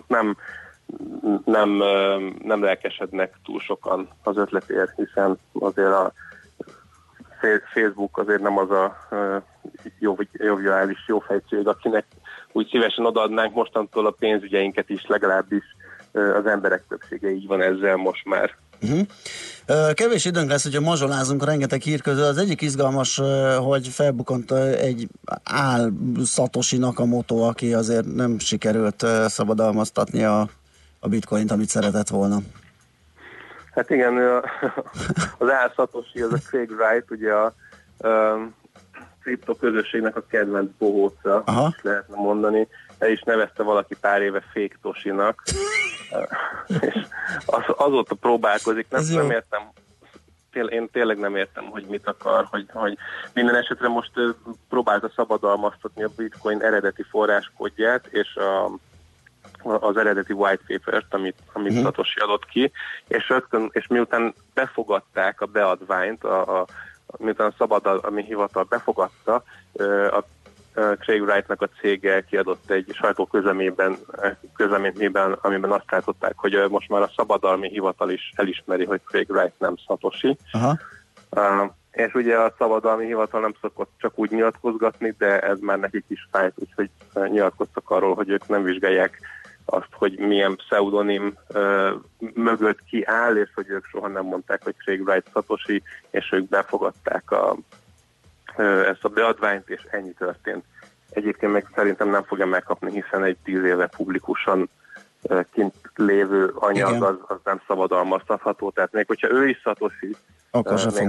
nem lelkesednek túl sokan az ötletért, hiszen azért a Facebook azért nem az a joviális jófejtség, akinek úgy szívesen odaadnánk mostantól a pénzügyeinket is, legalábbis az emberek többsége így van ezzel most már. Kevés időnk lesz, hogyha mazsolázunk rengeteg hír közül. Az egyik izgalmas, hogy felbukant egy Satoshi Nakamoto, aki azért nem sikerült szabadalmaztatni a bitcoint, amit szeretett volna. Hát igen, az Satoshi, az a Craig Wright, ugye a kripto közösségnek a kedvenc bohóca, lehetne mondani. El is nevezte valaki pár éve Fake Toshinak, és azóta próbálkozik, nem értem. én tényleg nem értem, hogy mit akar, hogy minden esetre most próbálta szabadalmaztatni a Bitcoin eredeti forráskódját, és az eredeti white paper-t, amit Satoshi adott ki, és miután befogadták a beadványt, miután a szabadalmi hivatal befogadta, a Craig Wrightnak a cége kiadott egy sajtóközleményt, amiben azt látották, hogy most már a szabadalmi hivatal is elismeri, hogy Craig Wright nem Satoshi. És ugye a szabadalmi hivatal nem szokott csak úgy nyilatkozgatni, de ez már nekik is fájt, úgyhogy nyilatkoztak arról, hogy ők nem vizsgálják azt, hogy milyen pseudonim mögött ki áll, és hogy ők soha nem mondták, hogy Craig Wright Satoshi, és ők befogadták ezt a beadványt, és ennyi történt. Egyébként meg szerintem nem fogja megkapni, hiszen egy 10 éve publikusan kint lévő anyag az nem szabadalmaztatható, tehát még hogyha ő is Satoshi, még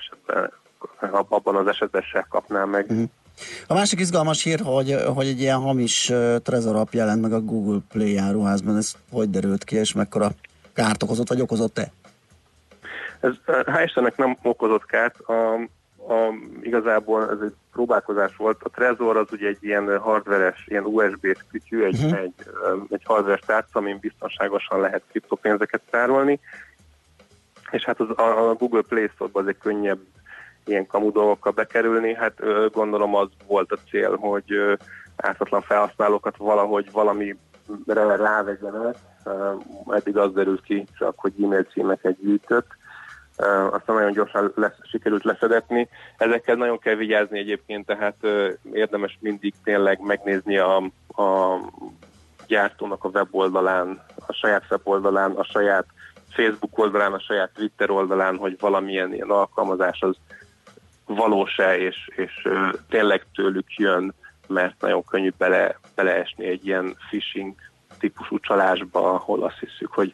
abban az esetben se kapná meg. A másik izgalmas hír, hogy egy ilyen hamis Trezor app jelent meg a Google Play áruházban. Ez hogy derült ki, és mekkora kárt okozott, vagy okozott-e? Ez hál' Istennek nem okozott kárt. Igazából ez egy próbálkozás volt. A Trezor az ugye egy ilyen hardveres, ilyen USB-s kütyű, egy hardveres tárca, amin biztonságosan lehet kriptopénzeket tárolni. És hát a Google Play Store-ban azért könnyebb ilyen kamu dolgokkal bekerülni. Hát gondolom az volt a cél, hogy ártatlan felhasználókat valahogy valamire rávegyenek. Eddig az derült ki csak, hogy e-mail címeket gyűjtött. Aztán nagyon gyorsan sikerült leszedetni. Ezekkel nagyon kell vigyázni egyébként, tehát érdemes mindig tényleg megnézni a gyártónak a weboldalán, a saját weboldalán, a saját Facebook oldalán, a saját Twitter oldalán, hogy valamilyen ilyen alkalmazás az valós-e, és tényleg tőlük jön, mert nagyon könnyű beleesni egy ilyen phishing típusú csalásba, ahol azt hiszük, hogy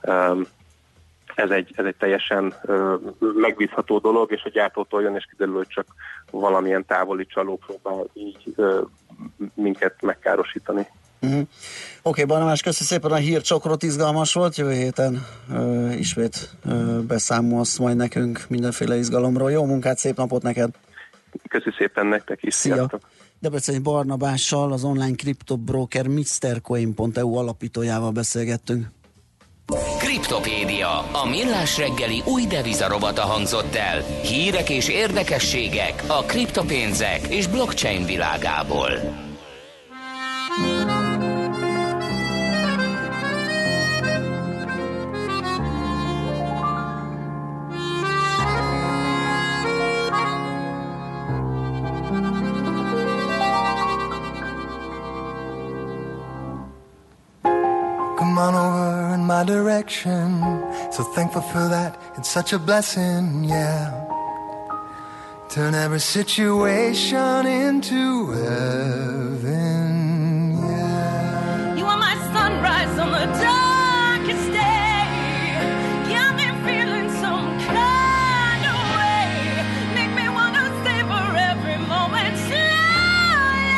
ez egy teljesen megbízható dolog, és a gyártótól jön, és kiderül, hogy csak valamilyen távoli csaló próbál így minket megkárosítani. Oké, Barnabás, köszi szépen a hírcsokrot, izgalmas volt, jövő héten ismét beszámolsz majd nekünk mindenféle izgalomról. Jó munkát, szép napot neked! Köszi szépen nektek is, sziasztok! Debreceni Barnabással, az online kriptobroker MrCoin.eu alapítójával beszélgettünk. Kriptopédia, a millás reggeli új devizarovata hangzott el. Hírek és érdekességek a kriptopénzek és blockchain világából. Come on over in my direction. So thankful for that, it's such a blessing, yeah. Turn every situation into heaven, yeah. You are my sunrise on the darkest day. Got me feeling some kind of way. Make me wanna savor every moment slowly.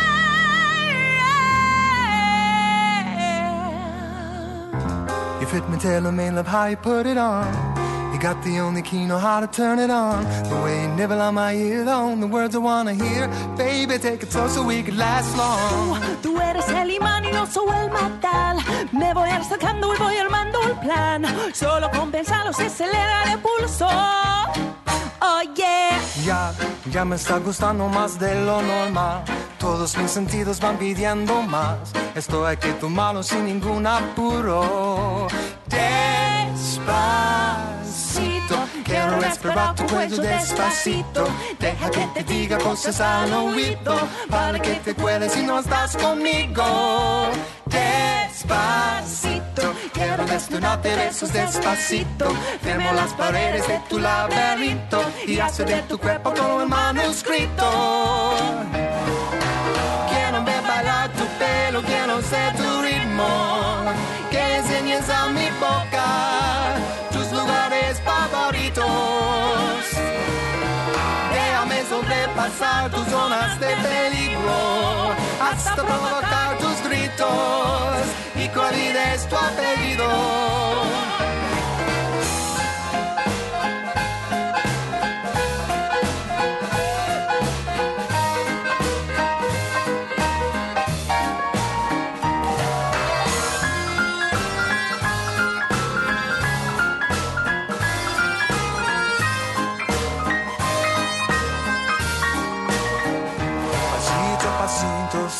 You fit me, tailor me, love how you put it on. You got the only key, know how to turn it on. The way you nibble on my ear, the words I wanna hear. Baby, take it slow so we could last long. Tú eres el imán y no soy el metal. Me voy acercando y voy armando el plan. Solo con pensarlo se acelera el pulso. Oh yeah. Ya me está gustando más de lo normal. Todos mis sentidos van pidiendo más. Esto hay que tomarlo sin ningún apuro. Despacito, quiero respirar tu cuello despacito. Deja que te diga cosas al oído, para que te acuerdes si no estás conmigo. Despacito, quiero desnudarte besos despacito. Firmo las paredes de tu laberinto y hacer de tu cuerpo como el manuscrito. Quiero ver bailar tu pelo, quiero ser tu ritmo. Que enseñes a mi boca tus lugares favoritos. Déjame sobrepasar tus zonas de peligro hasta provocar tus gritos. ¿Y cuál es tu apellido?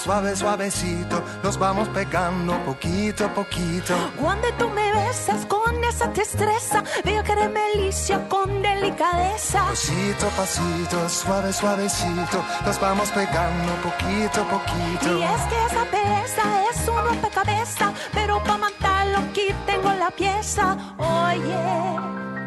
suave, suavecito, nos vamos pegando poquito a poquito. Cuando tú me besas con esa destreza, veo que eres malicia con delicadeza. Pasito a pasito, suave, suavecito, nos vamos pegando poquito a poquito. Y es que esa belleza es un rompecabezas, pero para matarlo aquí tengo la pieza. Oye.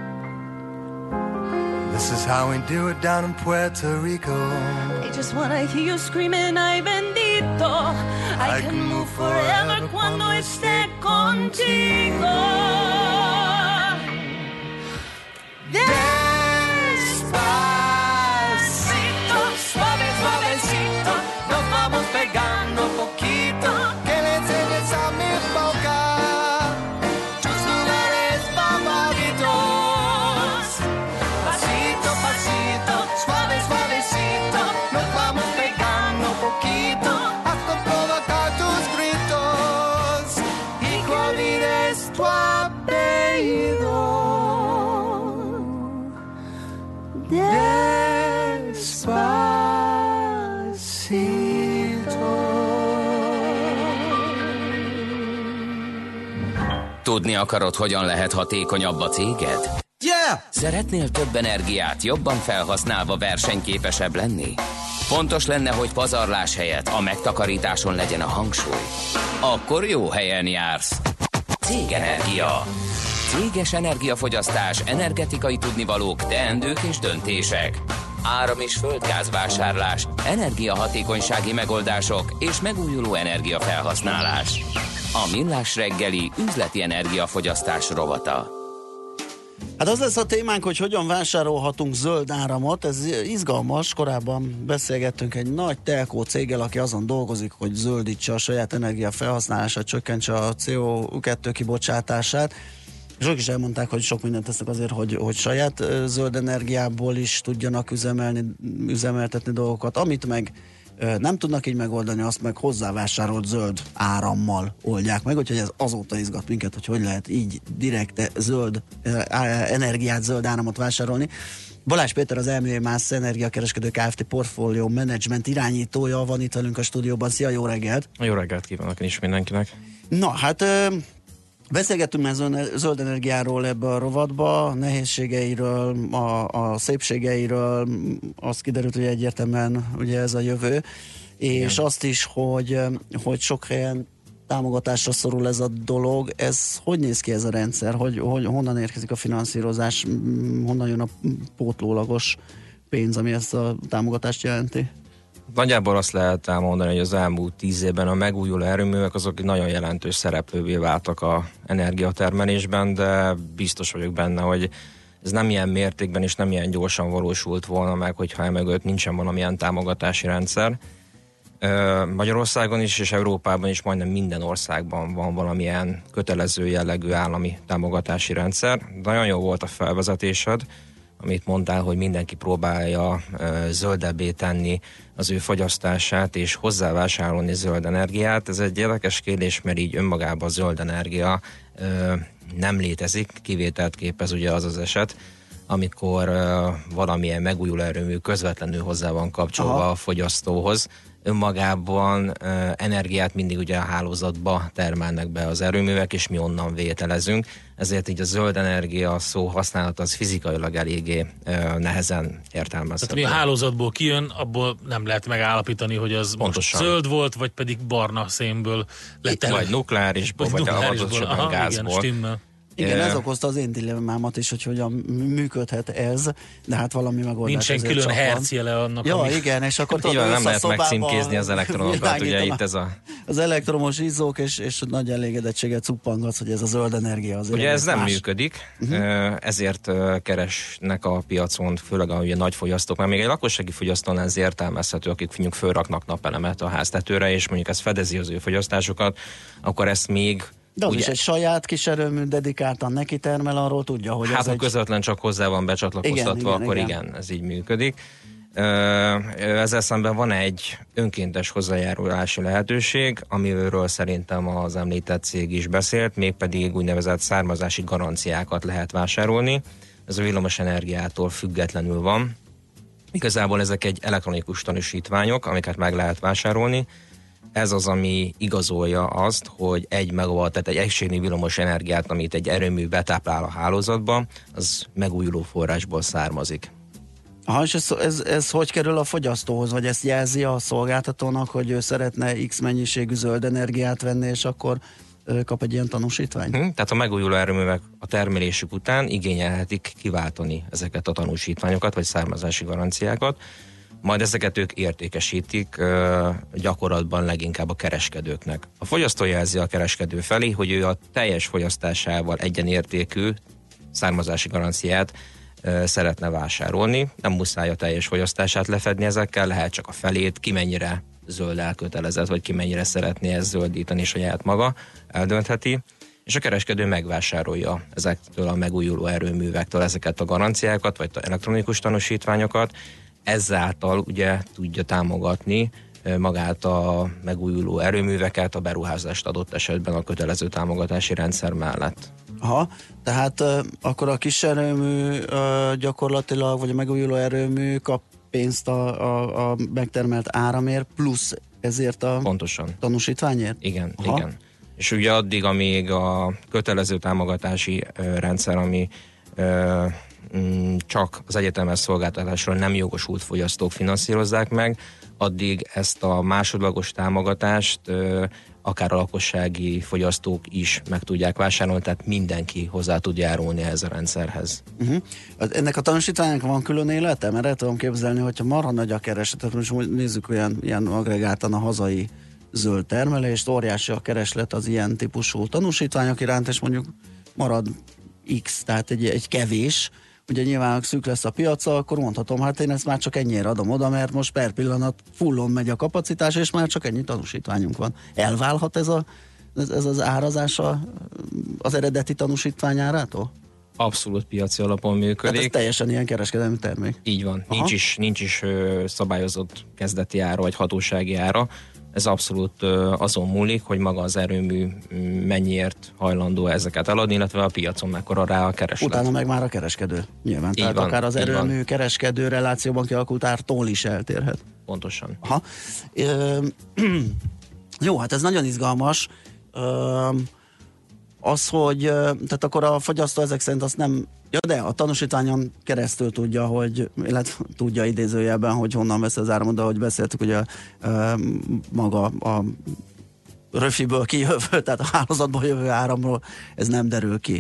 This is how we do it down in Puerto Rico. I just wanna hear you screaming, ay bendito. I can move forever cuando esté contigo. Despacito, suave, suavecito, nos vamos pegando poquito. Que le enseñes a mi boca tus lugares favoritos. Pasito, pasito, suave, suavecito, nos vamos pegando poquito hasta provocar tus gritos y que olvides tu apellido. Tudni akarod, hogyan lehet hatékonyabb a céged? Yeah! Szeretnél több energiát jobban felhasználva versenyképesebb lenni? Fontos lenne, hogy pazarlás helyett a megtakarításon legyen a hangsúly. Akkor jó helyen jársz. Cégenergia. Céges energiafogyasztás, energetikai tudnivalók, teendők és döntések. Áram- és földgázvásárlás, energiahatékonysági megoldások és megújuló energiafelhasználás. A Millás reggeli üzleti energiafogyasztás rovata. Hát az lesz a témánk, hogy hogyan vásárolhatunk zöld áramot. Ez izgalmas, korábban beszélgettünk egy nagy telkó céggel, aki azon dolgozik, hogy zöldítse a saját energiafelhasználását, csökkentse a CO2 kibocsátását. És ők is elmondták, hogy sok mindent tesznek azért, hogy saját zöld energiából is tudjanak üzemeltetni dolgokat, amit meg nem tudnak így megoldani, azt meg hozzávásárolt zöld árammal oldják meg, úgyhogy ez azóta izgat minket, hogy lehet így direkt zöld energiát, zöld áramot vásárolni. Balázs Péter, az Elművémász Energiakereskedő Kft. Portfólió Management irányítója van itt velünk a stúdióban. Szia, jó reggelt! Jó reggelt kívánok én is mindenkinek! Na, hát beszélgettünk már zöld energiáról ebbe a rovatba, nehézségeiről, a szépségeiről, azt kiderült, hogy egyértelműen ugye ez a jövő, és igen, azt is, hogy sok helyen támogatásra szorul ez a dolog. Ez hogy néz ki ez a rendszer? Hogy honnan érkezik a finanszírozás? Honnan jön a pótlólagos pénz, ami ezt a támogatást jelenti? Nagyjából azt lehet elmondani, hogy az elmúlt 10 évben a megújuló erőművek azok nagyon jelentős szereplővé váltak a energiatermelésben, de biztos vagyok benne, hogy ez nem ilyen mértékben és nem ilyen gyorsan valósult volna meg, hogyha emögött nincsen valamilyen támogatási rendszer. Magyarországon is és Európában is majdnem minden országban van valamilyen kötelező jellegű állami támogatási rendszer. Nagyon jó volt a felvezetésed, amit mondtál, hogy mindenki próbálja zöldebbé tenni az ő fogyasztását és hozzávásárolni zöld energiát. Ez egy érdekes kérdés, mert így önmagában a zöld energia nem létezik, kivételt képez ugye az az eset, amikor valamilyen megújuló erőmű közvetlenül hozzá van kapcsolva a fogyasztóhoz. Önmagában energiát mindig ugye a hálózatba termelnek be az erőművek, és mi onnan vételezünk. Ezért így a zöld energia szó használat az fizikailag eléggé nehezen értelmezhető. Tehát ami a hálózatból kijön, abból nem lehet megállapítani, hogy az pontosan most zöld volt, vagy pedig barna szénből lett. Vagy nukleárisból, vagy adott gázból. Igen, igen, ez okozta az én dilemmámat is, hogy hogyan működhet ez, de hát valami megoldás. Nincsen külön hercjele annak. Ja, igen, és akkor tudod, nem lehet megcímkézni az elektronokat, ugye itt ez az elektromos izzók, és nagy elégedettséget cuppangatsz, hogy ez a zöld energia az. Ugye ez nem működik, ezért keresnek a piacon, főleg a nagy fogyasztók, mert még egy lakossági fogyasztónál ez értelmezhető, akik mondjuk fölraknak napelemet a háztetőre, és mondjuk ez fedezi az ő fogyasztásukat, akkor ezt még de ugye, is egy saját kis erőmű dedikáltan neki termel, arról tudja, hogy hát ha közvetlen csak hozzá van becsatlakoztatva, akkor igen, ez így működik. Ezzel szemben van egy önkéntes hozzájárulási lehetőség, amiről szerintem az említett cég is beszélt, mégpedig úgynevezett származási garanciákat lehet vásárolni. Ez a villamos energiától függetlenül van. Igazából ezek egy elektronikus tanúsítványok, amiket meg lehet vásárolni, ez az, ami igazolja azt, hogy 1 megawatt, tehát egy egységnyi villamos energiát, amit egy erőmű betáplál a hálózatba, az megújuló forrásból származik. Aha, és ez hogy kerül a fogyasztóhoz, vagy ezt jelzi a szolgáltatónak, hogy ő szeretne X mennyiségű zöld energiát venni, és akkor kap egy ilyen tanúsítványt? Tehát a megújuló erőművek a termelésük után igényelhetik kiváltani ezeket a tanúsítványokat, vagy származási garanciákat, majd ezeket ők értékesítik gyakorlatban leginkább a kereskedőknek. A fogyasztó jelzi a kereskedő felé, hogy ő a teljes fogyasztásával egyenértékű származási garanciát szeretne vásárolni. Nem muszáj a teljes fogyasztását lefedni ezekkel, lehet csak a felét, ki mennyire zöld elkötelezett, vagy ki mennyire szeretné ezt zöldíteni saját maga, eldöntheti, és a kereskedő megvásárolja ezektől a megújuló erőművektől ezeket a garanciákat, vagy elektronikus tanúsítványokat, ezáltal ugye tudja támogatni magát a megújuló erőműveket, a beruházást adott esetben a kötelező támogatási rendszer mellett. Aha, tehát akkor a kis erőmű gyakorlatilag, vagy a megújuló erőmű kap pénzt a megtermelt áramért, plusz ezért a pontosan tanúsítványért? Igen, igen. És ugye addig, amíg a kötelező támogatási rendszer, ami csak az egyetemes szolgáltatásról nem jogosult fogyasztók finanszírozzák meg, addig ezt a másodlagos támogatást akár a lakossági fogyasztók is meg tudják vásárolni, tehát mindenki hozzá tud járulni ehhez a rendszerhez. Ennek a tanúsítványnak van külön élete? Mert el tudom képzelni, hogyha marha nagy a kereslet, most nézzük ilyen agregáltan a hazai zöld termelést, óriási a kereslet az ilyen típusú tanúsítványok iránt, és mondjuk marad X, tehát egy kevés, ugye nyilván szűk lesz a piaca, akkor mondhatom, hát én ezt már csak ennyire adom oda, mert most per pillanat fullon megy a kapacitás, és már csak ennyi tanúsítványunk van. Elválhat ez az árazása az eredeti tanúsítványárától? Abszolút piaci alapon működik. Hát ez teljesen ilyen kereskedelmi termék. Így van. Nincs is szabályozott kezdeti ára, vagy hatósági ára. Ez abszolút azon múlik, hogy maga az erőmű mennyiért hajlandó ezeket eladni, illetve a piacon mekkora rá a kereslet. Utána meg már a kereskedő. Nyilván, így tehát van, akár az erőmű kereskedő relációban kialakult ártól is eltérhet. Pontosan. Aha. Jó, hát ez nagyon izgalmas. Az, hogy tehát akkor a fogyasztó ezek szerint azt nem, de a tanúsítványon keresztül tudja, hogy, illetve tudja idézőjelben, hogy honnan vesz az áramot, de ahogy beszéltük, ugye maga a röfiből kijövő, tehát a hálózatból jövő áramról ez nem derül ki.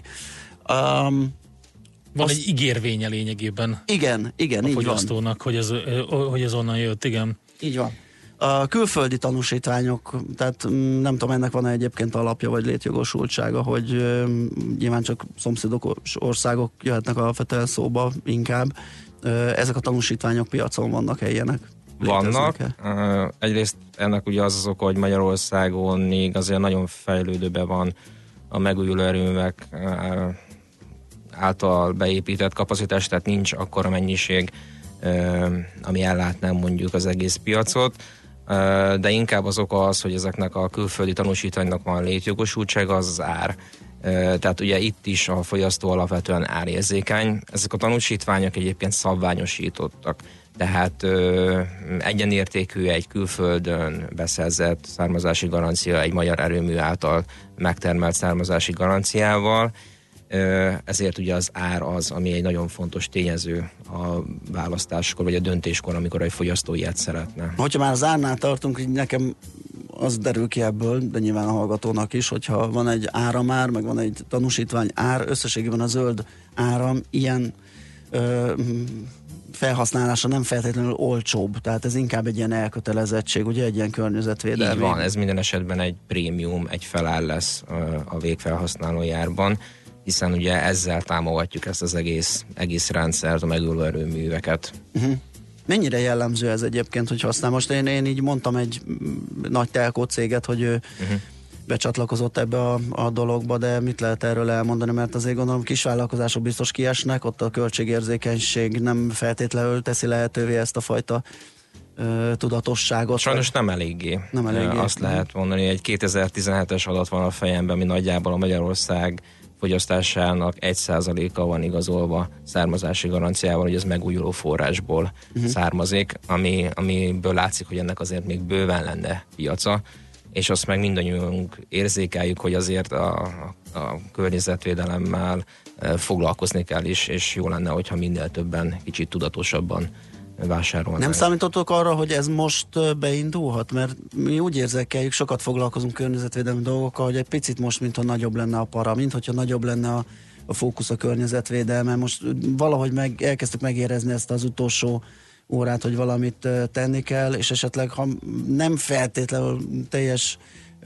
Van egy ígérvénye lényegében. Igen, a fogyasztónak, hogy ez onnan jött, igen. Így van. A külföldi tanúsítványok, tehát nem tudom, ennek van-e egyébként alapja vagy létjogosultsága, hogy nyilván csak szomszédos országok jöhetnek alapvetően szóba inkább. Ezek a tanúsítványok piacon vannak-e ilyenek? Vannak. Egyrészt ennek ugye az oka, hogy Magyarországon még azért nagyon fejlődőben van a megújuló erőművek által beépített kapacitás, tehát nincs akkora mennyiség, ami ellátná mondjuk az egész piacot, de inkább az oka az, hogy ezeknek a külföldi tanúsítványnak van létjogosultsága, az az ár. Tehát ugye itt is a fogyasztó alapvetően árérzékeny. Ezek a tanúsítványok egyébként szabványosítottak, tehát egyenértékű egy külföldön beszerzett származási garancia egy magyar erőmű által megtermelt származási garanciával, ezért ugye az ár az, ami egy nagyon fontos tényező a választáskor, vagy a döntéskor, amikor egy fogyasztó ilyet szeretne. Hogyha már az árnál tartunk, így nekem az derül ki ebből, de nyilván a hallgatónak is, hogyha van egy áramár, meg van egy tanúsítvány ár, összességében a zöld áram ilyen felhasználása nem feltétlenül olcsóbb, tehát ez inkább egy ilyen elkötelezettség, ugye egy ilyen környezetvédelmi. Így van, ez minden esetben egy prémium, egy feláll lesz a végfelhasználó járban, hiszen ugye ezzel támogatjuk ezt az egész rendszert, a megújuló erőműveket. Mennyire jellemző ez egyébként, hogy használ? Most én így mondtam egy nagy telkó céget, hogy ő becsatlakozott ebbe a dologba, de mit lehet erről elmondani, mert azért gondolom kisvállalkozások biztos kiesnek, ott a költségérzékenység nem feltétlenül teszi lehetővé ezt a fajta tudatosságot. Sajnos nem eléggé. Azt lehet mondani, egy 2017-es adat van a fejemben, ami nagyjából a Magyarország fogyasztásának 1%-a van igazolva származási garanciával, hogy ez megújuló forrásból származik, amiből látszik, hogy ennek azért még bőven lenne piaca, és azt meg mindannyiunk érzékeljük, hogy azért a környezetvédelemmel foglalkozni kell is, és jó lenne, hogyha minél többen kicsit tudatosabban vásárolnánk. Nem számítottok arra, hogy ez most beindulhat? Mert mi úgy érzékeljük, sokat foglalkozunk környezetvédelmi dolgokkal, hogy egy picit most, mintha nagyobb lenne a para, mintha nagyobb lenne a fókusz a környezetvédelme. Most valahogy elkezdtük megérezni ezt az utolsó órát, hogy valamit tenni kell, és esetleg, ha nem feltétlenül teljes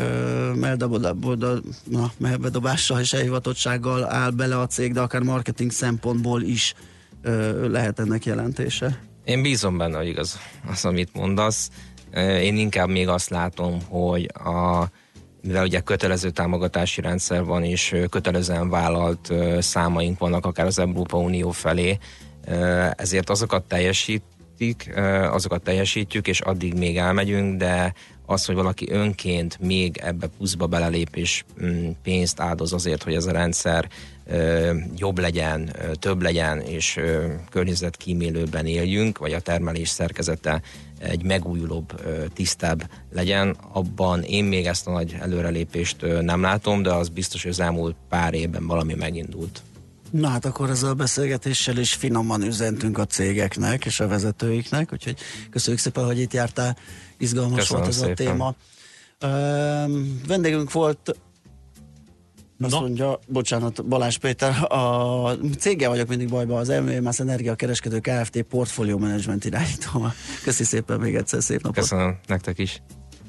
melbedobással és elhivatottsággal áll bele a cég, de akár marketing szempontból is lehet ennek jelentése. Én bízom benne, hogy igaz az, amit mondasz. Én inkább még azt látom, hogy mivel ugye kötelező támogatási rendszer van, és kötelezően vállalt számaink vannak akár az Európai Unió felé, ezért azokat teljesítjük, és addig még elmegyünk, de az, hogy valaki önként még ebbe pluszba belelép és pénzt áldoz azért, hogy ez a rendszer jobb legyen, több legyen, és környezetkímélőben éljünk, vagy a termelés szerkezete egy megújulóbb, tisztább legyen, abban én még ezt a nagy előrelépést nem látom, de az biztos, hogy az elmúlt pár évben valami megindult. Na hát akkor ezzel a beszélgetéssel is finoman üzentünk a cégeknek és a vezetőiknek, úgyhogy köszönjük szépen, hogy itt jártál, izgalmas Köszönöm volt ez szépen. a téma. Vendégünk volt, azt mondja, bocsánat, Balázs Péter, a céggel vagyok mindig bajban, az MVMAS Energia Kereskedő Kft. Portfólió menedzsment irányítóval. Köszi szépen még egyszer, szép napot. Köszönöm, nektek is.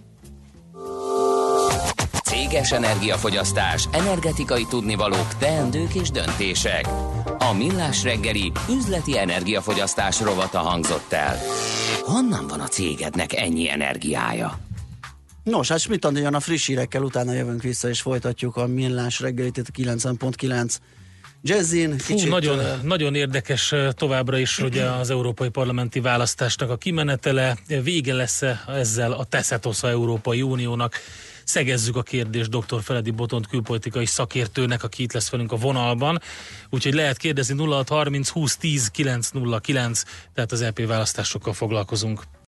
Céges energiafogyasztás, energetikai tudnivalók, teendők és döntések. A Millás reggeli üzleti energiafogyasztás rovata hangzott el. Honnan van a cégednek ennyi energiája? Nos, hát Schmidt Andi jön a friss hírekkel, utána jövünk vissza és folytatjuk a Millás reggelit, itt a 90.9 Jazzin. Nagyon érdekes továbbra is, hogy az európai parlamenti választásnak a kimenetele, vége lesz ezzel a Teszetosz Európai Uniónak. Szegezzük a kérdést dr. Feledi Botont külpolitikai szakértőnek, aki itt lesz velünk a vonalban. Úgyhogy lehet kérdezni 0630 20 10 909, tehát az EP választásokkal foglalkozunk.